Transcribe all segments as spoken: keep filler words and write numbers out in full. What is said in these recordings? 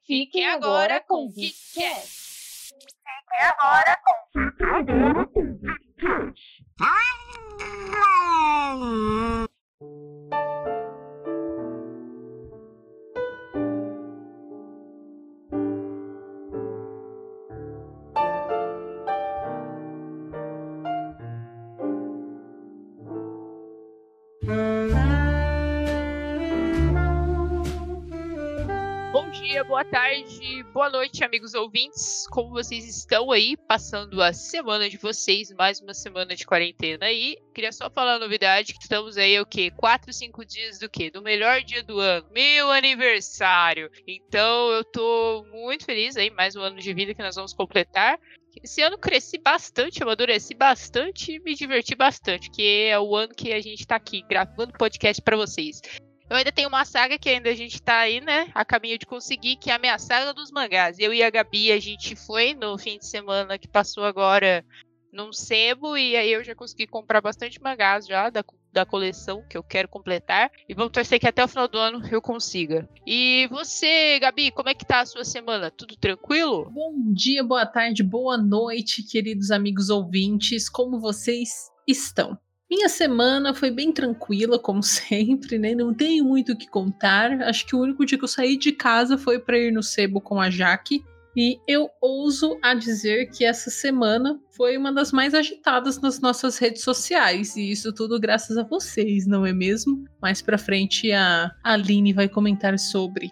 Fiquem agora com o KitKat. Fiquem agora com o KitKat. Bom dia, boa tarde, boa noite, amigos ouvintes. Como vocês estão aí, passando a semana de vocês, mais uma semana de quarentena aí. Queria só falar a novidade, que estamos aí, o quê? Quatro, cinco dias do quê? Do melhor dia do ano, meu aniversário. Então, eu tô muito feliz aí, mais um ano de vida que nós vamos completar. Esse ano cresci bastante, amadureci bastante e me diverti bastante, que é o ano que a gente tá aqui, gravando podcast pra vocês. Eu ainda tenho uma saga que ainda a gente tá aí, né, a caminho de conseguir, que é a minha saga dos mangás. Eu e a Gabi, a gente foi no fim de semana que passou agora num sebo, e aí eu já consegui comprar bastante mangás já da, da coleção que eu quero completar. E vamos torcer que até o final do ano eu consiga. E você, Gabi, como é que tá a sua semana? Tudo tranquilo? Bom dia, boa tarde, boa noite, queridos amigos ouvintes. Como vocês estão? Minha semana foi bem tranquila, como sempre, né? Não tenho muito o que contar. Acho que o único dia que eu saí de casa foi para ir no sebo com a Jaque. E eu ouso a dizer que essa semana foi uma das mais agitadas nas nossas redes sociais. E isso tudo graças a vocês, não é mesmo? Mais pra frente a Aline vai comentar sobre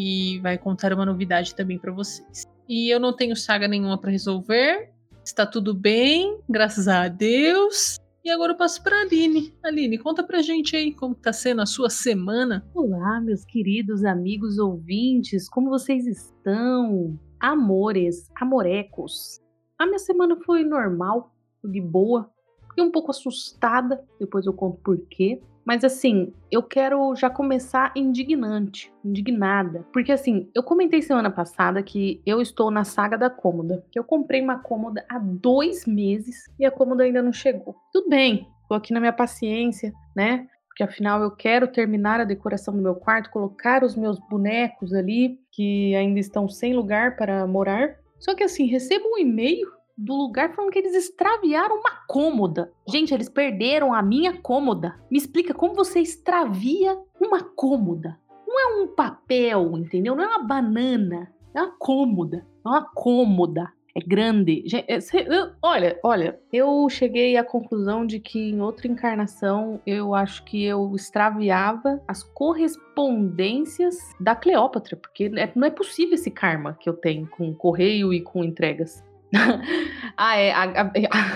e vai contar uma novidade também para vocês. E eu não tenho saga nenhuma para resolver. Está tudo bem, graças a Deus. E agora eu passo para a Aline. Aline, conta pra gente aí como tá sendo a sua semana. Olá, meus queridos amigos ouvintes, como vocês estão? Amores, amorecos. A minha semana foi normal, de boa. Fiquei um pouco assustada, depois eu conto por quê. Mas assim, eu quero já começar indignante, indignada. Porque assim, eu comentei semana passada que eu estou na saga da cômoda. Que eu comprei uma cômoda há dois meses e a cômoda ainda não chegou. Tudo bem, tô aqui na minha paciência, né? Porque afinal eu quero terminar a decoração do meu quarto, colocar os meus bonecos ali, que ainda estão sem lugar para morar. Só que assim, recebo um e-mail do lugar falando que eles extraviaram uma cômoda. Gente, eles perderam a minha cômoda. Me explica como você extravia uma cômoda. Não é um papel, entendeu? Não é uma banana. É uma cômoda. É uma cômoda. É grande. Olha, olha, eu cheguei à conclusão de que em outra encarnação eu acho que eu extraviava as correspondências da Cleópatra, porque não é possível esse karma que eu tenho com correio e com entregas. ah, é. A, a, a...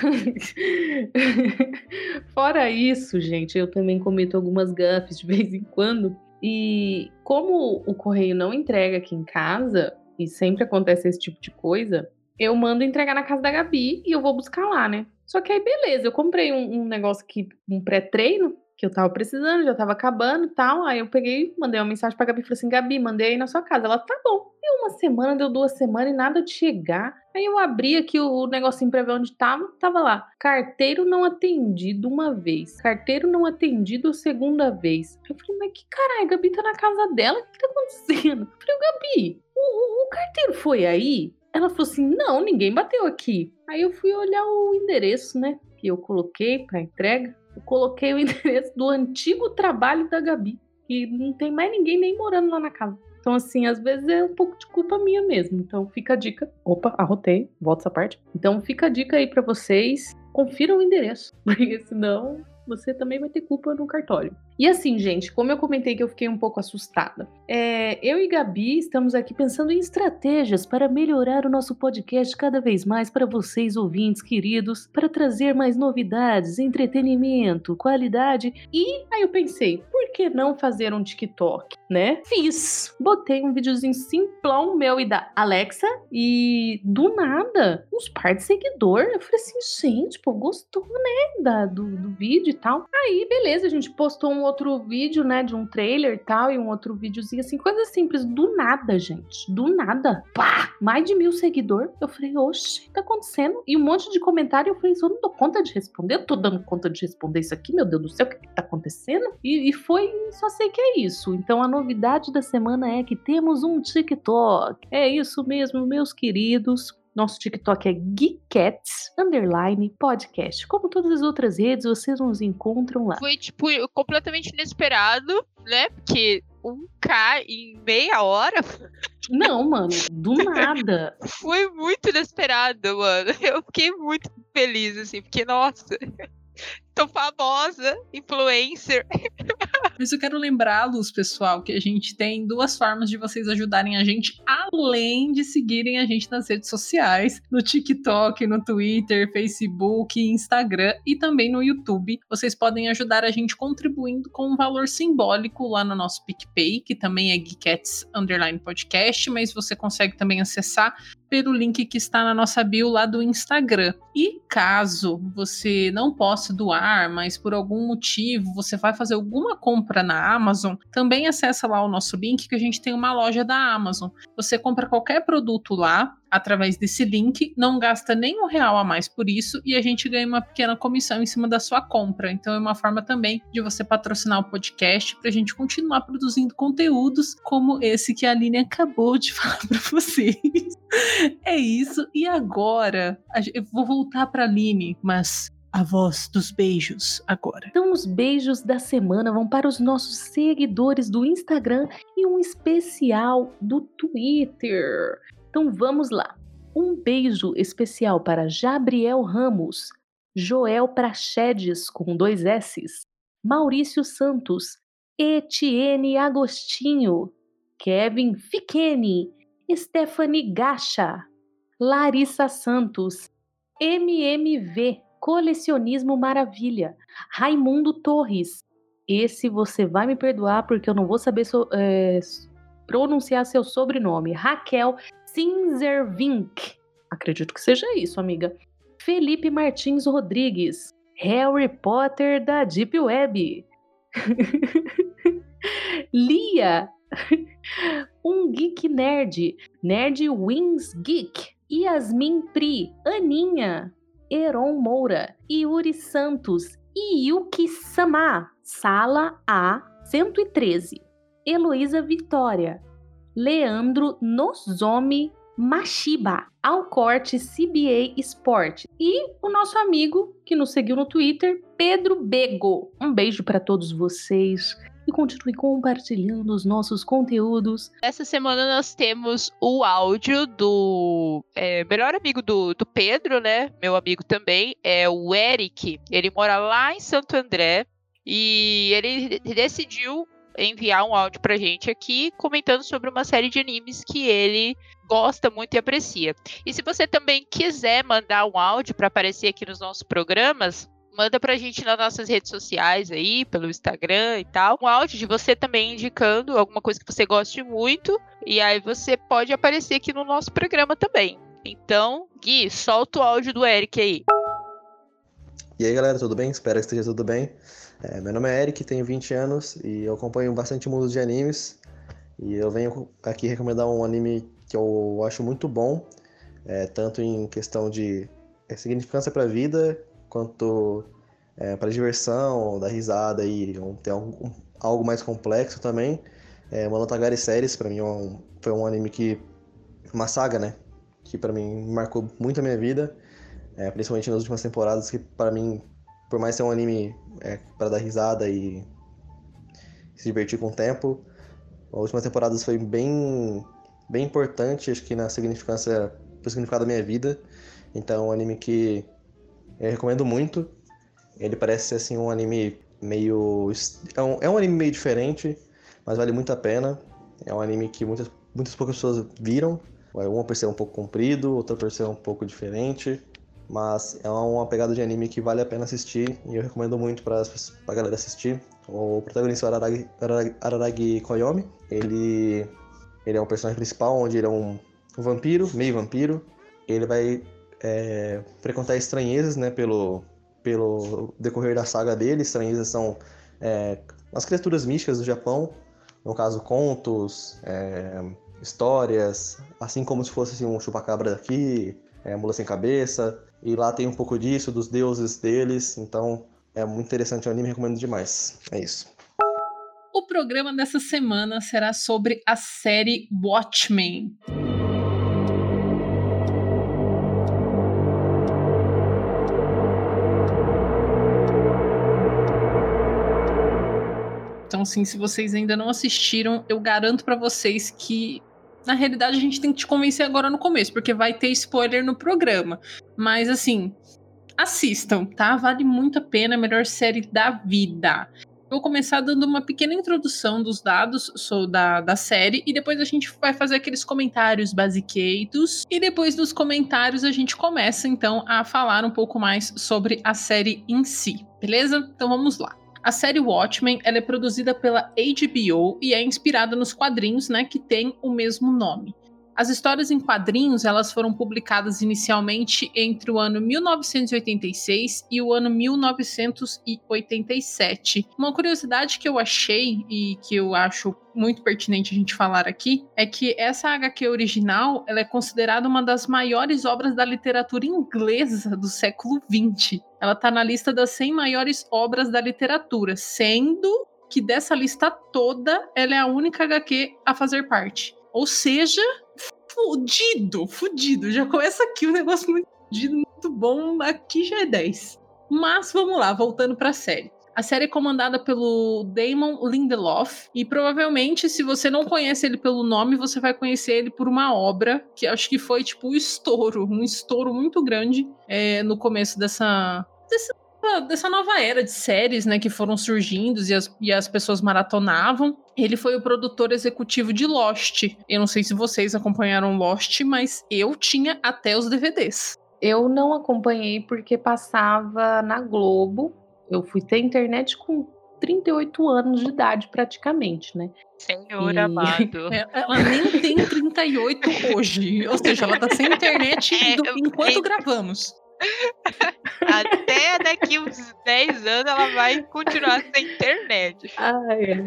Fora isso, gente, eu também cometo algumas gafes de vez em quando. E como o correio não entrega aqui em casa, e sempre acontece esse tipo de coisa, eu mando entregar na casa da Gabi e eu vou buscar lá, né? Só que aí, beleza, eu comprei um, um negócio aqui, um pré-treino, que eu tava precisando, já tava acabando e tal. Aí eu peguei, mandei uma mensagem pra Gabi e falei assim: Gabi, mandei aí na sua casa. Ela, tá bom. Deu uma semana, deu duas semanas e nada de chegar. Aí eu abri aqui o, o negocinho pra ver onde tava, tava lá. Carteiro não atendido uma vez. Carteiro não atendido a segunda vez. Eu falei, mas que caralho, a Gabi tá na casa dela? O que tá acontecendo? Eu falei, Gabi, o, o, o carteiro foi aí? Ela falou assim, não, ninguém bateu aqui. Aí eu fui olhar o endereço, né, que eu coloquei pra entrega. Eu coloquei o endereço do antigo trabalho da Gabi, que não tem mais ninguém nem morando lá na casa. Então, assim, às vezes é um pouco de culpa minha mesmo. Então, fica a dica. Opa, arrotei, volta essa parte. Então, fica a dica aí pra vocês. Confiram o endereço, porque senão você também vai ter culpa no cartório. E assim, gente, como eu comentei que eu fiquei um pouco assustada, é, eu e Gabi estamos aqui pensando em estratégias para melhorar o nosso podcast cada vez mais para vocês, ouvintes queridos, para trazer mais novidades, entretenimento, qualidade. E aí eu pensei, por que não fazer um TikTok, né? Fiz! Botei um videozinho simplão meu e da Alexa e do nada, uns par de seguidor. Eu falei assim, gente, pô, gostou, né, da, do, do vídeo e tal. Aí, beleza, a gente postou um outro vídeo, né, de um trailer e tal, e um outro videozinho, assim, coisa simples, do nada, gente, do nada, pá, mais de mil seguidores. Eu falei, oxe, o que tá acontecendo? E um monte de comentário, eu falei, eu não dou conta de responder, eu tô dando conta de responder isso aqui, meu Deus do céu, o que que tá acontecendo? E, e foi e só sei que é isso. Então a novidade da semana é que temos um TikTok. É isso mesmo, meus queridos. Nosso TikTok é Geekettes underline podcast. Como todas as outras redes, vocês nos encontram lá. Foi, tipo, completamente inesperado, né? Porque um K em meia hora Não, mano, do nada. foi muito inesperado, mano. Eu fiquei muito feliz, assim, porque, nossa, tô famosa, influencer. Mas eu quero lembrá-los, pessoal, que a gente tem duas formas de vocês ajudarem a gente, além de seguirem a gente nas redes sociais, no TikTok, no Twitter, Facebook, Instagram e também no YouTube. Vocês podem ajudar a gente contribuindo com um valor simbólico lá no nosso PicPay, que também é Geekettes underline podcast, mas você consegue também acessar pelo link que está na nossa bio lá do Instagram. E caso você não possa doar, mas por algum motivo você vai fazer alguma compra na Amazon, também acessa lá o nosso link que a gente tem uma loja da Amazon. Você compra qualquer produto lá através desse link, não gasta nem um real a mais por isso e a gente ganha uma pequena comissão em cima da sua compra. Então é uma forma também de você patrocinar o podcast para a gente continuar produzindo conteúdos como esse que a Aline acabou de falar para vocês. É isso. E agora eu vou voltar para a Aline, mas a voz dos beijos agora. Então os beijos da semana vão para os nossos seguidores do Instagram e um especial do Twitter. Então vamos lá. Um beijo especial para Gabriel Ramos, Joel Prachedes com dois S's, Maurício Santos, Etienne Agostinho, Kevin Fiquene, Stephanie Gacha, Larissa Santos, M M V, Colecionismo Maravilha, Raimundo Torres. Esse você vai me perdoar porque eu não vou saber so, é, pronunciar seu sobrenome. Raquel Sinzervink. Acredito que seja isso, amiga. Felipe Martins Rodrigues, Harry Potter da Deep Web. Lia, um geek nerd, Nerd Wings Geek, Yasmin Pri, Aninha, Heron Moura, Yuri Santos e Yuki Sama, Sala A cento e treze, Heloísa Vitória, Leandro Nozomi Mashiba, Alcorte C B A Sport e o nosso amigo que nos seguiu no Twitter, Pedro Bego. Um beijo para todos vocês. E continue compartilhando os nossos conteúdos. Essa semana nós temos o áudio do é, melhor amigo do, do Pedro, né? Meu amigo também, é o Eric. Ele mora lá em Santo André e ele decidiu enviar um áudio pra gente aqui comentando sobre uma série de animes que ele gosta muito e aprecia. E se você também quiser mandar um áudio para aparecer aqui nos nossos programas, manda pra gente nas nossas redes sociais aí, pelo Instagram e tal. Um áudio de você também indicando alguma coisa que você goste muito. E aí você pode aparecer aqui no nosso programa também. Então, Gui, solta o áudio do Eric aí. E aí, galera, tudo bem? Espero que esteja tudo bem. É, meu nome é Eric, tenho vinte anos e eu acompanho bastante o mundo de animes. E eu venho aqui recomendar um anime que eu acho muito bom, é, tanto em questão de é, significância para a vida, quanto é, para diversão, dar risada e ter algo, algo mais complexo também. É, Monogatari Series, para mim, é um, foi um anime que... uma saga, né? Que para mim marcou muito a minha vida, é, principalmente nas últimas temporadas, que para mim, por mais ser um anime é, para dar risada e se divertir com o tempo, as últimas temporadas foi bem, bem importante, acho que na significância, pro significado da minha vida. Então é um anime que eu recomendo muito. Ele parece ser assim um anime meio... É um, é um anime meio diferente, mas vale muito a pena. É um anime que muitas, muitas poucas pessoas viram. Uma por ser um pouco comprido, outra por ser um pouco diferente. Mas é uma pegada de anime que vale a pena assistir e eu recomendo muito para a galera assistir. O protagonista é o Araragi, Araragi, Araragi Koyomi. Ele, ele é o personagem principal, onde ele é um, um vampiro, meio vampiro. Ele vai é, frequentar estranhezas, né, pelo, pelo decorrer da saga dele. Estranhezas são é, as criaturas místicas do Japão. No caso, contos, é, histórias, assim como se fosse assim, um chupacabra daqui, é, mula sem cabeça. E lá tem um pouco disso, dos deuses deles. Então é muito interessante o anime, recomendo demais. É isso. o programa dessa semana será sobre a série Watchmen. Então, assim, se vocês ainda não assistiram, eu garanto pra vocês que, na realidade, a gente tem que te convencer agora no começo, porque vai ter spoiler no programa. Mas, assim, assistam, tá? Vale muito a pena, a melhor série da vida. Eu vou começar dando uma pequena introdução dos dados sou da, da série, e depois a gente vai fazer aqueles comentários basiqueitos, e depois dos comentários a gente começa, então, a falar um pouco mais sobre a série em si, beleza? Então vamos lá. A série Watchmen, ela é produzida pela H B O e é inspirada nos quadrinhos, né, que tem o mesmo nome. As histórias em quadrinhos, elas foram publicadas inicialmente entre o ano mil novecentos e oitenta e seis e o ano mil novecentos e oitenta e sete. Uma curiosidade que eu achei e que eu acho muito pertinente a gente falar aqui é que essa H Q original, ela é considerada uma das maiores obras da literatura inglesa do século vinte. Ela está na lista das cem maiores obras da literatura, sendo que dessa lista toda, ela é a única H Q a fazer parte. Ou seja, fudido, fudido. Já começa aqui um negócio muito fudido, muito bom. Aqui já é dez. Mas vamos lá, voltando para a série. A série é comandada pelo Damon Lindelof. E provavelmente, se você não conhece ele pelo nome, você vai conhecer ele por uma obra que acho que foi tipo um estouro. Um estouro muito grande é, no começo dessa... dessa dessa nova era de séries, né, que foram surgindo e as, e as pessoas maratonavam. Ele foi o produtor executivo de Lost. Eu não sei se vocês acompanharam Lost, mas eu tinha até os D V Ds. Eu não acompanhei porque passava na Globo. Eu fui ter internet com trinta e oito anos de idade, praticamente, né? Senhor E- amado. É, ela nem tem trinta e oito hoje. Ou seja, ela tá sem internet É, do- eu- enquanto é- gravamos. Até daqui uns dez anos ela vai continuar sem internet. Ah, é.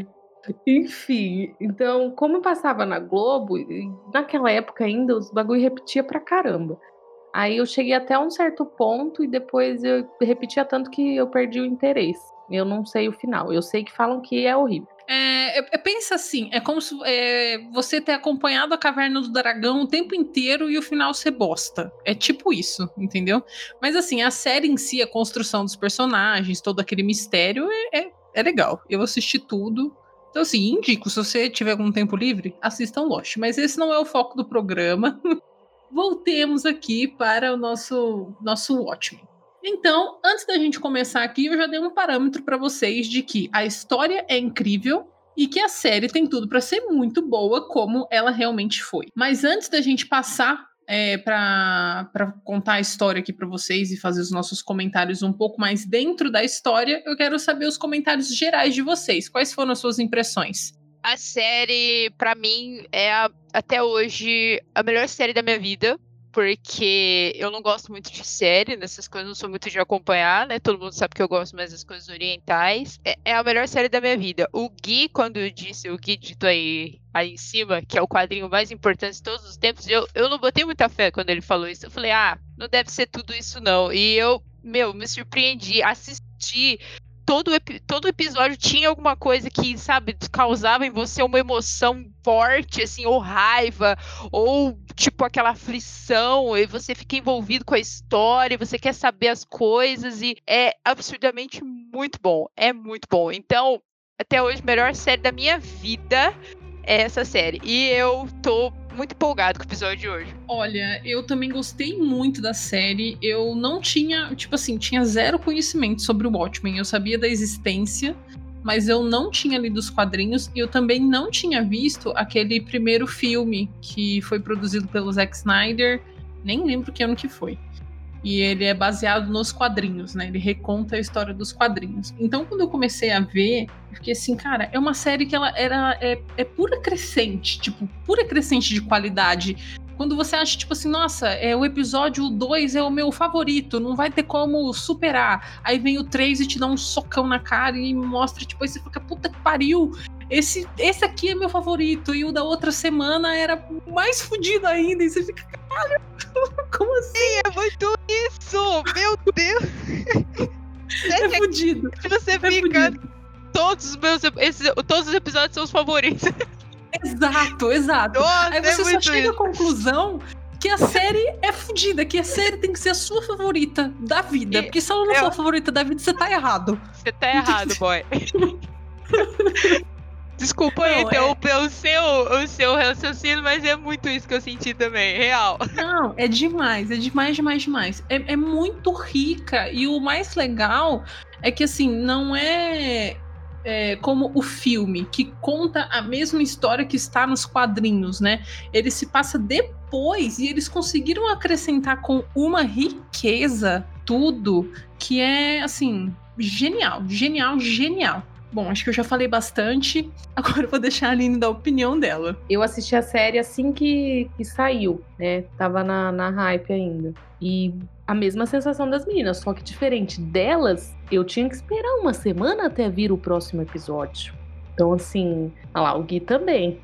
Enfim, então, como eu passava na Globo, e naquela época ainda os bagulho repetia pra caramba. Aí eu cheguei até um certo ponto e depois eu repetia tanto que eu perdi o interesse. Eu não sei o final. Eu sei que falam que é horrível. É, é- é- pensa assim, é como se é, você ter acompanhado a Caverna do Dragão o tempo inteiro e o final ser bosta. É tipo isso, entendeu? Mas assim, a série em si, a construção dos personagens, todo aquele mistério é, é, é legal. Eu assisti tudo. Então assim, indico, se você tiver algum tempo livre, assistam Lost. Mas esse não é o foco do programa. Voltemos aqui para o nosso, nosso Watchmen. Então, antes da gente começar aqui, eu já dei um parâmetro para vocês de que a história é incrível e que a série tem tudo para ser muito boa, como ela realmente foi. Mas antes da gente passar é, para contar a história aqui para vocês e fazer os nossos comentários um pouco mais dentro da história, eu quero saber os comentários gerais de vocês. Quais foram as suas impressões? A série, pra mim, é a- até hoje a melhor série da minha vida. Porque eu não gosto muito de série, nessas coisas, não sou muito de acompanhar, né? Todo mundo sabe que eu gosto mais das coisas orientais. É, é a melhor série da minha vida. O Gui, quando eu disse, o Gui dito aí, aí em cima, que é o quadrinho mais importante de todos os tempos, eu, eu não botei muita fé quando ele falou isso. Eu falei, ah, não deve ser tudo isso não. E eu, meu, me surpreendi, assisti. Todo, epi- todo episódio tinha alguma coisa que, sabe, causava em você uma emoção forte, assim, ou raiva, ou, tipo, aquela aflição, e você fica envolvido com a história, e você quer saber as coisas, e é absurdamente muito bom, é muito bom. Então, até hoje, a melhor série da minha vida é essa série. E eu tô muito empolgado com o episódio de hoje. Olha, eu também gostei muito da série. Eu não tinha, tipo assim, tinha zero conhecimento sobre o Watchmen. Eu sabia da existência, mas eu não tinha lido os quadrinhos e eu também não tinha visto aquele primeiro filme que foi produzido pelo Zack Snyder. Nem lembro que ano que foi. E ele é baseado nos quadrinhos, né? Ele reconta a história dos quadrinhos. Então, quando eu comecei a ver, eu fiquei assim, cara, é uma série que ela era, é, é pura crescente, tipo, pura crescente de qualidade. Quando você acha, tipo assim, nossa, é, o episódio dois é o meu favorito, não vai ter como superar. Aí vem o três e te dá um socão na cara e mostra, tipo, aí você fica, puta que pariu, esse, esse aqui é meu favorito. E o da outra semana era mais fodido ainda. E você fica, caralho, como assim? É muito isso! Meu Deus! É fodido. Você É fica fodido. todos os meus. Esses, todos os episódios são os favoritos. Exato, exato. Nossa, Aí você é só muito chega isso. à conclusão que a série é fodida, que a série tem que ser a sua favorita da vida. E Porque se ela não eu- for a favorita da vida, você tá errado. Você tá errado, boy. Desculpa aí Não, é- interromper o, seu, o seu raciocínio, mas é muito isso que eu senti também, real. Não, é demais, é demais, demais, demais. É, é muito rica. E o mais legal é que, assim, não é, é como o filme, que conta a mesma história que está nos quadrinhos, né? Ele se passa depois e eles conseguiram acrescentar com uma riqueza tudo que é, assim, genial, genial, genial. Bom, acho que eu já falei bastante. Agora eu vou deixar a Aline dar a opinião dela. Eu assisti a série assim que, que saiu, né? Tava na, na hype ainda. E a mesma sensação das meninas, só que diferente delas, eu tinha que esperar uma semana até vir o próximo episódio. Então, assim, olha lá, o Gui também.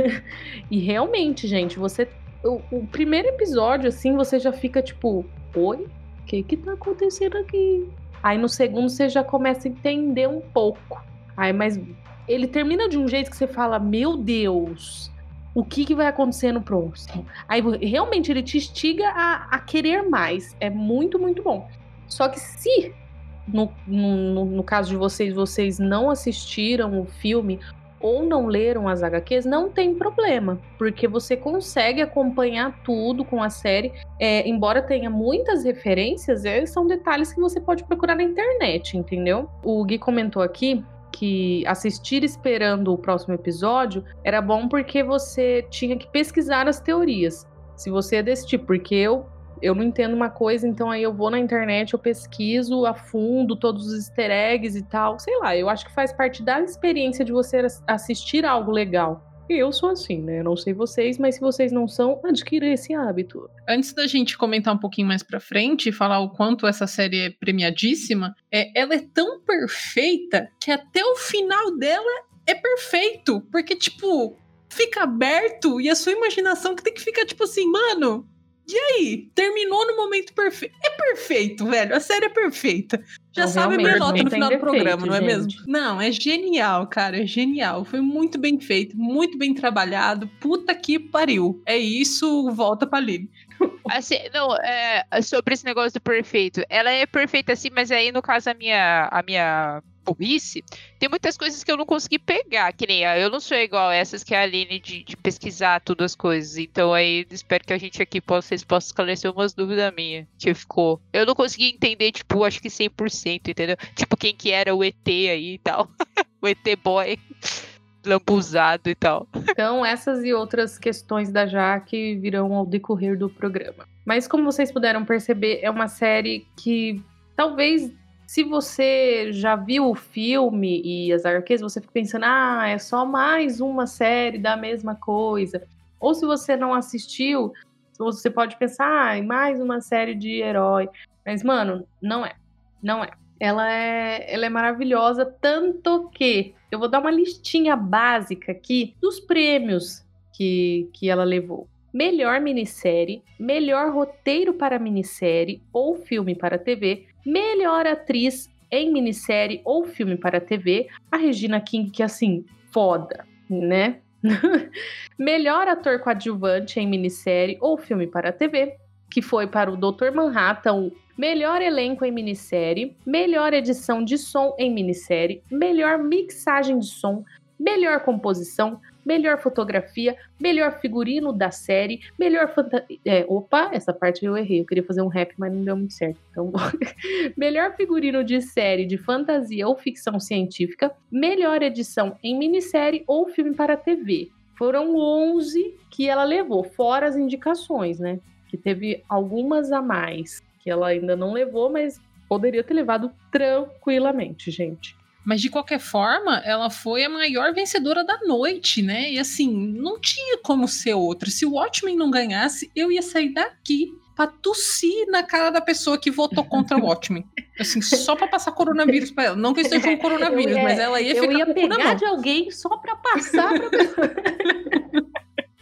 E realmente, gente, você. O, o primeiro episódio, assim, você já fica tipo, oi? O que que tá acontecendo aqui? Aí no segundo você já começa a entender um pouco. Aí, mas ele termina de um jeito que você fala, meu Deus, o que, que vai acontecer no próximo? Aí realmente ele te instiga a, a querer mais. É muito, muito bom. Só que se, no, no, no caso de vocês, vocês não assistiram o filme ou não leram as agá quês, não tem problema, porque você consegue acompanhar tudo com a série, é, embora tenha muitas referências, é, são detalhes que você pode procurar na internet, entendeu? O Gui comentou aqui que assistir esperando o próximo episódio era bom porque você tinha que pesquisar as teorias, se você é desse tipo, porque eu eu não entendo uma coisa, então aí eu vou na internet, eu pesquiso a fundo todos os easter eggs e tal. Sei lá, eu acho que faz parte da experiência de você assistir algo legal. E eu sou assim, né? Eu não sei vocês, mas se vocês não são, adquira esse hábito. Antes da gente comentar um pouquinho mais pra frente e falar o quanto essa série é premiadíssima, é, ela é tão perfeita que até o final dela é perfeito. Porque, tipo, fica aberto e a sua imaginação que tem que ficar, tipo assim, mano... E aí? Terminou no momento perfeito. É perfeito, velho. A série é perfeita. Já Não, sabe a minha realmente, nota não no tem final do defeito, programa, não é gente. mesmo? Não, é genial, cara. É genial. Foi muito bem feito, muito bem trabalhado. Puta que pariu. É isso, volta pra Lili. Assim, não, é, sobre esse negócio do perfeito. Ela é perfeita assim, mas aí, no caso, a minha, a minha burrice, tem muitas coisas que eu não consegui pegar, que nem a, eu não sou igual essas que é a Aline de, de pesquisar tudo as coisas. Então aí, espero que a gente aqui possa, vocês possam esclarecer umas dúvidas minhas que ficou. Eu não consegui entender, tipo, acho que cem por cento, entendeu? Tipo, quem que era o E T aí e tal. O E T boy. Lambuzado e tal. Então, essas e outras questões da Jaque virão ao decorrer do programa. Mas como vocês puderam perceber, é uma série que talvez, se você já viu o filme e as agá quês, você fica pensando, ah, é só mais uma série da mesma coisa. Ou se você não assistiu, você pode pensar, ah, é mais uma série de herói. Mas, mano, não é. Não é. Ela é, ela é maravilhosa, tanto que eu vou dar uma listinha básica aqui dos prêmios que, que ela levou. Melhor minissérie, melhor roteiro para minissérie ou filme para T V, melhor atriz em minissérie ou filme para T V, a Regina King, que assim, foda, né? Melhor ator coadjuvante em minissérie ou filme para T V, que foi para o doutor Manhattan. Melhor elenco em minissérie, melhor edição de som em minissérie, melhor mixagem de som, melhor composição, melhor fotografia, melhor figurino da série, melhor fantasia... É, opa, essa parte eu errei, eu queria fazer um rap, mas não deu muito certo. Então, melhor figurino de série de fantasia ou ficção científica, melhor edição em minissérie ou filme para T V. Foram onze que ela levou, fora as indicações, né? Que teve algumas a mais que ela ainda não levou, mas poderia ter levado tranquilamente, gente. Mas de qualquer forma, ela foi a maior vencedora da noite, né? E assim, não tinha como ser outra. Se o Watchmen não ganhasse, eu ia sair daqui pra tossir na cara da pessoa que votou contra o Watchmen. Assim, só pra passar coronavírus pra ela. Não que eu esteja com coronavírus, ia, mas ela ia eu ficar ia com o cu na pegar mão. de alguém só pra passar pra pessoa.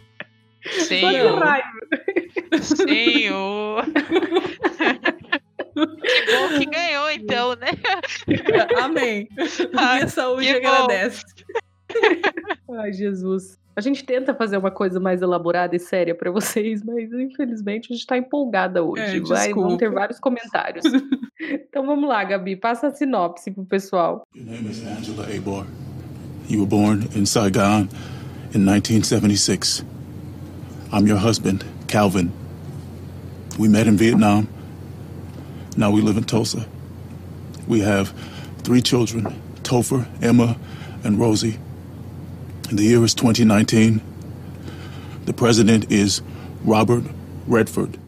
Senhor. Só de raiva. Senhor. Que bom que ganhou, então, né? Amém. Ai, Minha saúde que bom. agradece. Ai, Jesus. A gente tenta fazer uma coisa mais elaborada e séria pra vocês, mas infelizmente a gente tá empolgada hoje. É, Vai, vão ter desculpa. vários comentários. Então vamos lá, Gabi, passa a sinopse pro pessoal. Your name is Angela Abor. You were born in Saigon in nineteen seventy-six. I'm your husband, Calvin. We met in Vietnam. Now we live in Tulsa. We have three children, Topher, Emma, and Rosie. The year is twenty nineteen. The president is Robert Redford.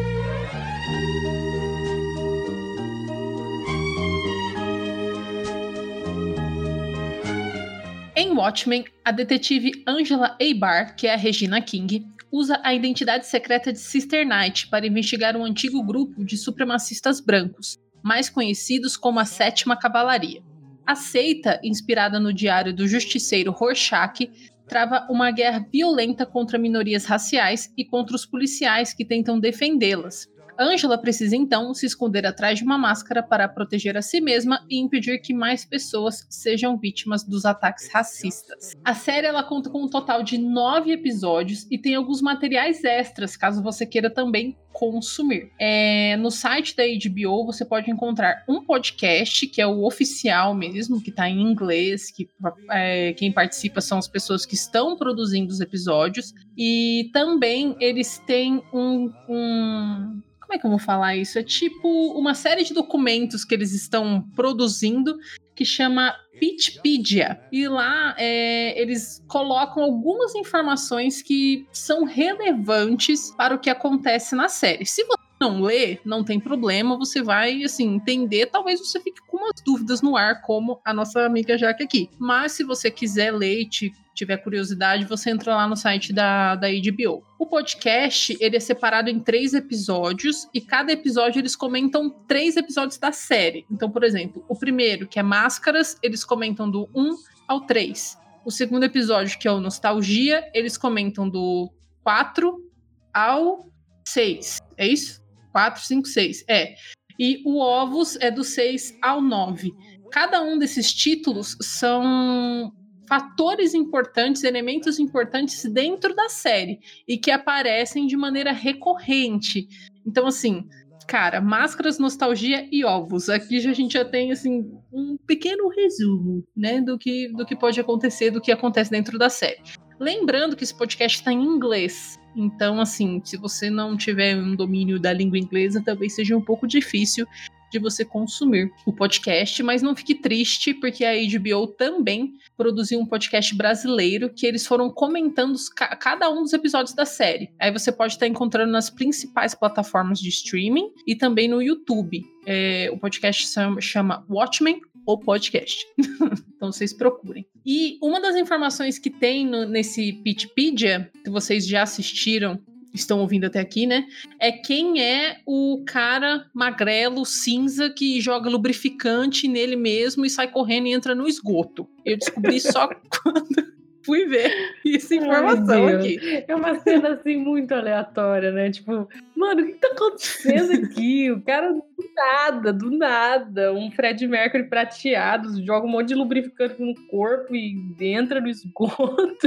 Em Watchmen, a detetive Angela Abar, que é a Regina King, usa a identidade secreta de Sister Night para investigar um antigo grupo de supremacistas brancos, mais conhecidos como a Sétima Cavalaria. A seita, inspirada no diário do justiceiro Rorschach, trava uma guerra violenta contra minorias raciais e contra os policiais que tentam defendê-las. Angela precisa então se esconder atrás de uma máscara para proteger a si mesma e impedir que mais pessoas sejam vítimas dos ataques racistas. A série ela conta com um total de nove episódios e tem alguns materiais extras, caso você queira também consumir. É, no site da H B O você pode encontrar um podcast, que é o oficial mesmo, que está em inglês, que é, quem participa são as pessoas que estão produzindo os episódios, e também eles têm um... um como é que eu vou falar isso? É tipo uma série de documentos que eles estão produzindo que chama Pitchpedia. E lá é, eles colocam algumas informações que são relevantes para o que acontece na série. Se você não lê, não tem problema, você vai assim, entender, talvez você fique com umas dúvidas no ar, como a nossa amiga Jaque aqui. Mas se você quiser ler e te tiver curiosidade, você entra lá no site da, da H B O. O podcast, ele é separado em três episódios e cada episódio eles comentam três episódios da série. Então, por exemplo, o primeiro, que é Máscaras, eles comentam do um ao três. O segundo episódio, que é o Nostalgia, eles comentam do quatro ao seis. É isso? quatro, cinco, seis. É. E o Ovos é do seis ao nove. Cada um desses títulos são fatores importantes, elementos importantes dentro da série e que aparecem de maneira recorrente. Então, assim, cara, Máscaras, Nostalgia e Ovos. Aqui já, a gente já tem, assim, um pequeno resumo, né, do que, do que pode acontecer, do que acontece dentro da série. Lembrando que esse podcast está em inglês. Então, assim, se você não tiver um domínio da língua inglesa, talvez seja um pouco difícil de você consumir o podcast, mas não fique triste, porque a H B O também produziu um podcast brasileiro que eles foram comentando ca- cada um dos episódios da série. Aí você pode estar encontrando nas principais plataformas de streaming e também no YouTube. É, o podcast chama Watchmen, o podcast. Então vocês procurem. E uma das informações que tem no, nesse Pitchpedia, que vocês já assistiram, estão ouvindo até aqui, né? É quem é o cara magrelo, cinza, que joga lubrificante nele mesmo e sai correndo e entra no esgoto. Eu descobri só quando fui ver essa informação Ai, aqui. É uma cena assim muito aleatória, né? Tipo, mano, o que tá acontecendo aqui? O cara do nada, do nada, um Fred Mercury prateado, joga um monte de lubrificante no corpo e entra no esgoto.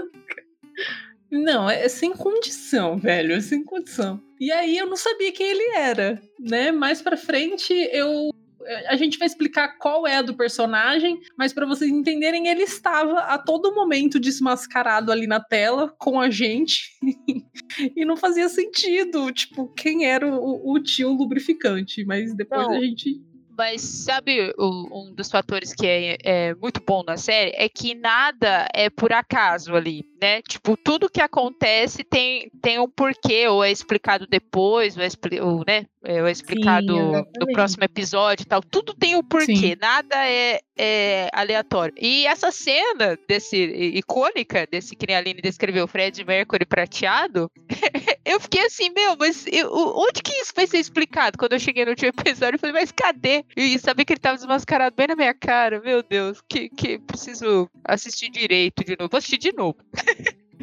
Não, é sem condição, velho, é sem condição. E aí eu não sabia quem ele era, né? Mais pra frente eu a gente vai explicar qual é a do personagem, mas pra vocês entenderem, ele estava a todo momento desmascarado ali na tela com a gente e não fazia sentido, tipo, quem era o, o tio lubrificante, mas depois Não. a gente... Mas sabe o- um dos fatores que é, é muito bom na série? É que nada é por acaso ali, né? Tipo, tudo que acontece tem, tem um porquê, ou é explicado depois, ou é, expli- ou, né? é, ou é explicado no exatamente. próximo episódio e tal. Tudo tem um porquê, Sim. nada é, é aleatório. E essa cena desse i- icônica, desse que nem a Aline descreveu, Fred Mercury prateado, eu fiquei assim, meu, mas eu- o- onde que isso vai ser explicado? Quando eu cheguei no último episódio, eu falei, mas cadê? E saber que ele tava desmascarado bem na minha cara, meu Deus, que, que preciso assistir direito de novo. Vou assistir de novo.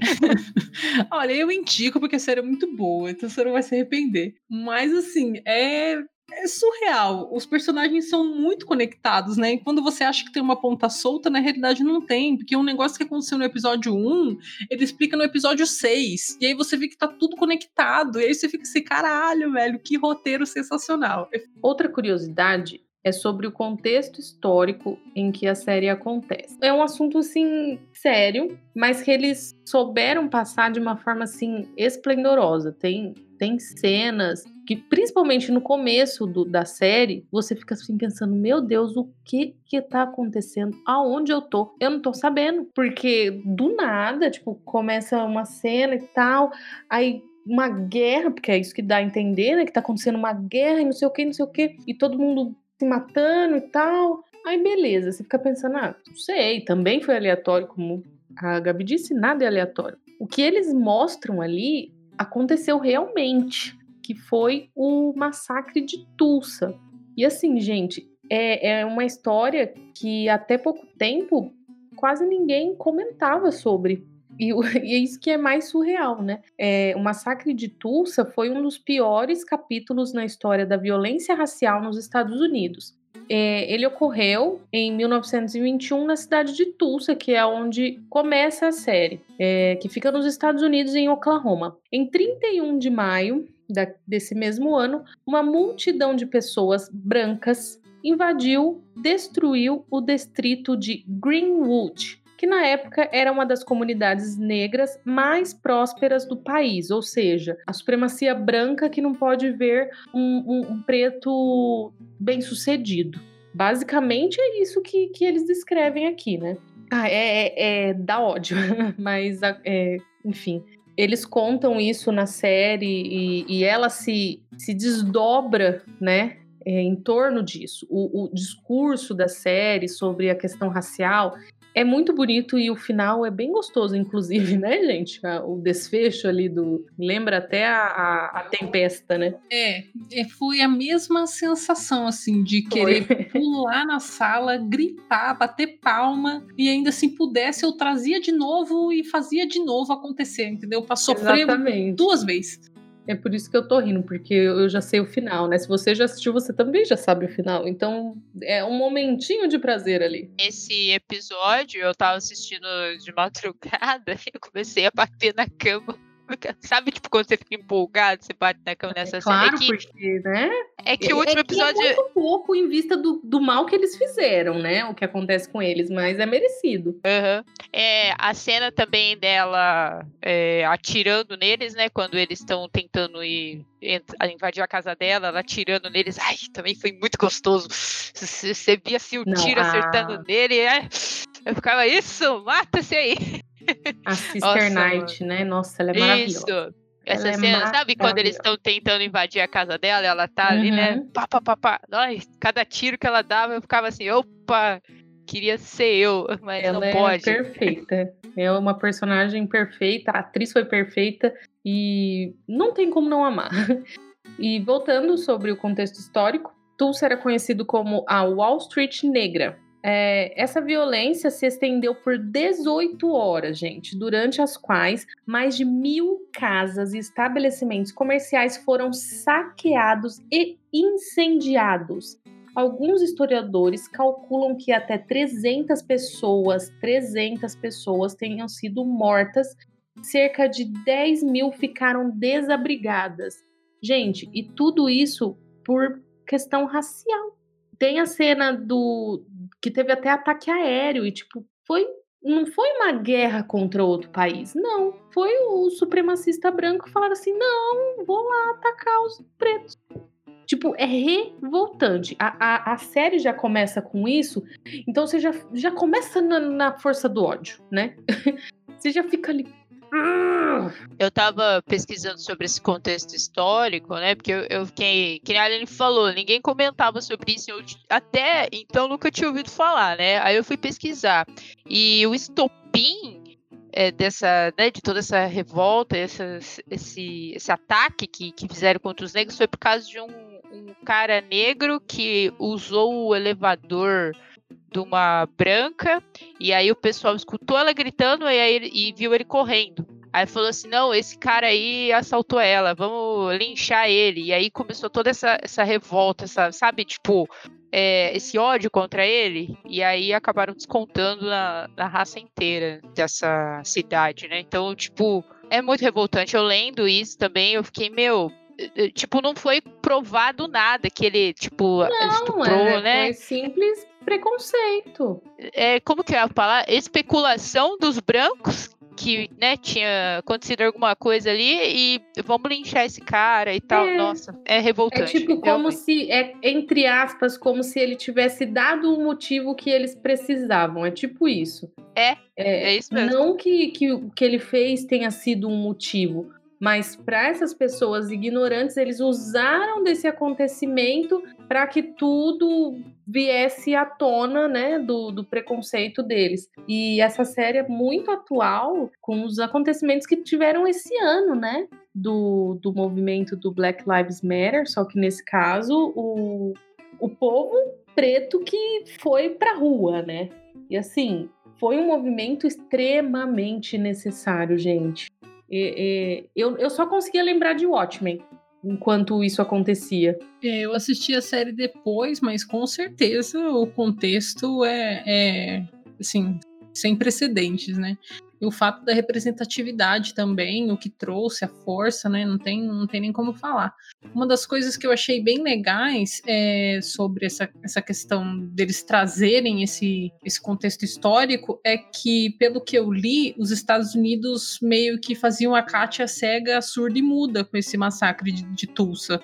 Olha, eu indico porque a série é muito boa, então você não vai se arrepender. Mas assim, é é surreal. Os personagens são muito conectados, né? E quando você acha que tem uma ponta solta, na realidade não tem. Porque um negócio que aconteceu no episódio um, ele explica no episódio seis. E aí você vê que tá tudo conectado. E aí você fica assim, caralho, velho, que roteiro sensacional. Outra curiosidade é sobre o contexto histórico em que a série acontece. É um assunto, assim, sério, mas que eles souberam passar de uma forma, assim, esplendorosa. Tem, tem cenas que, principalmente no começo do, da série, você fica assim pensando, meu Deus, o que que tá acontecendo? Aonde eu tô? Eu não tô sabendo. Porque, do nada, tipo, começa uma cena e tal, aí uma guerra, porque é isso que dá a entender, né? Que tá acontecendo uma guerra e não sei o que, não sei o que, e todo mundo se matando e tal. Aí beleza, você fica pensando, ah, não sei, também foi aleatório, como a Gabi disse, nada é aleatório. O que eles mostram ali aconteceu realmente, que foi o massacre de Tulsa. E assim, gente, é, é uma história que até pouco tempo quase ninguém comentava sobre. E, e é isso que é mais surreal, né? É, o massacre de Tulsa foi um dos piores capítulos na história da violência racial nos Estados Unidos. É, ele ocorreu em mil novecentos e vinte e um na cidade de Tulsa, que é onde começa a série, é, que fica nos Estados Unidos, em Oklahoma. Em trinta e um de maio da, desse mesmo ano, uma multidão de pessoas brancas invadiu, destruiu o distrito de Greenwood, que na época era uma das comunidades negras mais prósperas do país, ou seja, a supremacia branca que não pode ver um, um, um preto bem-sucedido. Basicamente é isso que, que eles descrevem aqui, né? Ah, é, é, é dá ódio, mas, é, enfim, eles contam isso na série e, e ela se, se desdobra, né? É, em torno disso. O, o discurso da série sobre a questão racial é muito bonito e o final é bem gostoso, inclusive, né, gente? O desfecho ali do... Lembra até a, a, a Tempesta, né? É, foi a mesma sensação, assim, de querer foi. pular na sala, gritar, bater palma, e ainda assim pudesse, eu trazia de novo e fazia de novo acontecer, entendeu? Pra sofrer Exatamente. duas vezes. É por isso que eu tô rindo, porque eu já sei o final, né? Se você já assistiu, você também já sabe o final. Então, é um momentinho de prazer ali. Esse episódio, eu tava assistindo de madrugada, eu comecei a bater na cama. Sabe, tipo, quando você fica empolgado, você bate na cama nessa é cena claro, aqui? Porque, né? É que o último é que episódio... é muito pouco em vista do, do mal que eles fizeram, né? O que acontece com eles, mas é merecido. Uhum. É, a cena também dela é, atirando neles, né? Quando eles estão tentando ir invadir a casa dela, ela atirando neles. Ai, também foi muito gostoso. Você via assim o Não, tiro a... acertando nele. Ai, eu ficava, isso, mata-se aí. A Sister Night, né? Nossa, ela é maravilhosa. Isso. Essa ela cena, é sabe quando eles estão tentando invadir a casa dela, ela tá ali, uhum. né? Pá, pá, pá, pá. Ai, cada tiro que ela dava, eu ficava assim, opa, queria ser eu, mas ela não pode. Ela é perfeita. É uma personagem perfeita, a atriz foi perfeita e não tem como não amar. E voltando sobre o contexto histórico, Tulsa era conhecido como a Wall Street Negra. É, essa violência se estendeu por dezoito horas, gente, durante as quais mais de mil casas e estabelecimentos comerciais foram saqueados e incendiados. Alguns historiadores calculam que até trezentas pessoas, trezentas pessoas tenham sido mortas, cerca de dez mil ficaram desabrigadas. Gente, e tudo isso por questão racial. Tem a cena do que teve até ataque aéreo e, tipo, foi, não foi uma guerra contra outro país, não. Foi o supremacista branco falar assim, não, vou lá atacar os pretos. Tipo, é revoltante. A, a, a série já começa com isso, então você já, já começa na, na força do ódio, né? Você já fica ali... Eu tava pesquisando sobre esse contexto histórico, né? Porque eu, eu fiquei, que a Aline falou, ninguém comentava sobre isso. Eu até então nunca tinha ouvido falar, né? Aí eu fui pesquisar. E o estopim é, dessa, né, de toda essa revolta, essa, esse, esse ataque que, que fizeram contra os negros foi por causa de um, um cara negro que usou o elevador de uma branca, e aí o pessoal escutou ela gritando e, aí ele, e viu ele correndo. Aí falou assim, não, esse cara aí assaltou ela, vamos linchar ele. E aí começou toda essa, essa revolta, essa, sabe, tipo, é, esse ódio contra ele. E aí acabaram descontando na, na raça inteira dessa cidade, né? Então, tipo, é muito revoltante. Eu lendo isso também, eu fiquei, meu... Tipo, não foi provado nada que ele, tipo, Não, estuprou, é, né? foi simples preconceito. É, como que é a palavra? Especulação dos brancos, que, né, tinha acontecido alguma coisa ali e vamos linchar esse cara e tal. É. Nossa, é É revoltante. tipo como realmente. se, é, entre aspas, como se ele tivesse dado o motivo que eles precisavam. É tipo isso. É, É, é isso mesmo. não que, que o que ele fez tenha sido um motivo, mas para essas pessoas ignorantes, eles usaram desse acontecimento para que tudo viesse à tona, né, do, do preconceito deles. E essa série é muito atual com os acontecimentos que tiveram esse ano, né, do, do movimento do Black Lives Matter, só que nesse caso o, o povo preto que foi pra rua, né? E assim, foi um movimento extremamente necessário, gente. E, e, eu, eu só conseguia lembrar de Watchmen enquanto isso acontecia. É, eu assisti a série depois, mas com certeza o contexto é, é assim, sem precedentes, né? E o fato da representatividade também, o que trouxe, a força, né? Não tem, não tem nem como falar. Uma das coisas que eu achei bem legais é, sobre essa, essa questão deles trazerem esse, esse contexto histórico é que, pelo que eu li, os Estados Unidos meio que faziam a Kátia cega, surda e muda com esse massacre de, de Tulsa.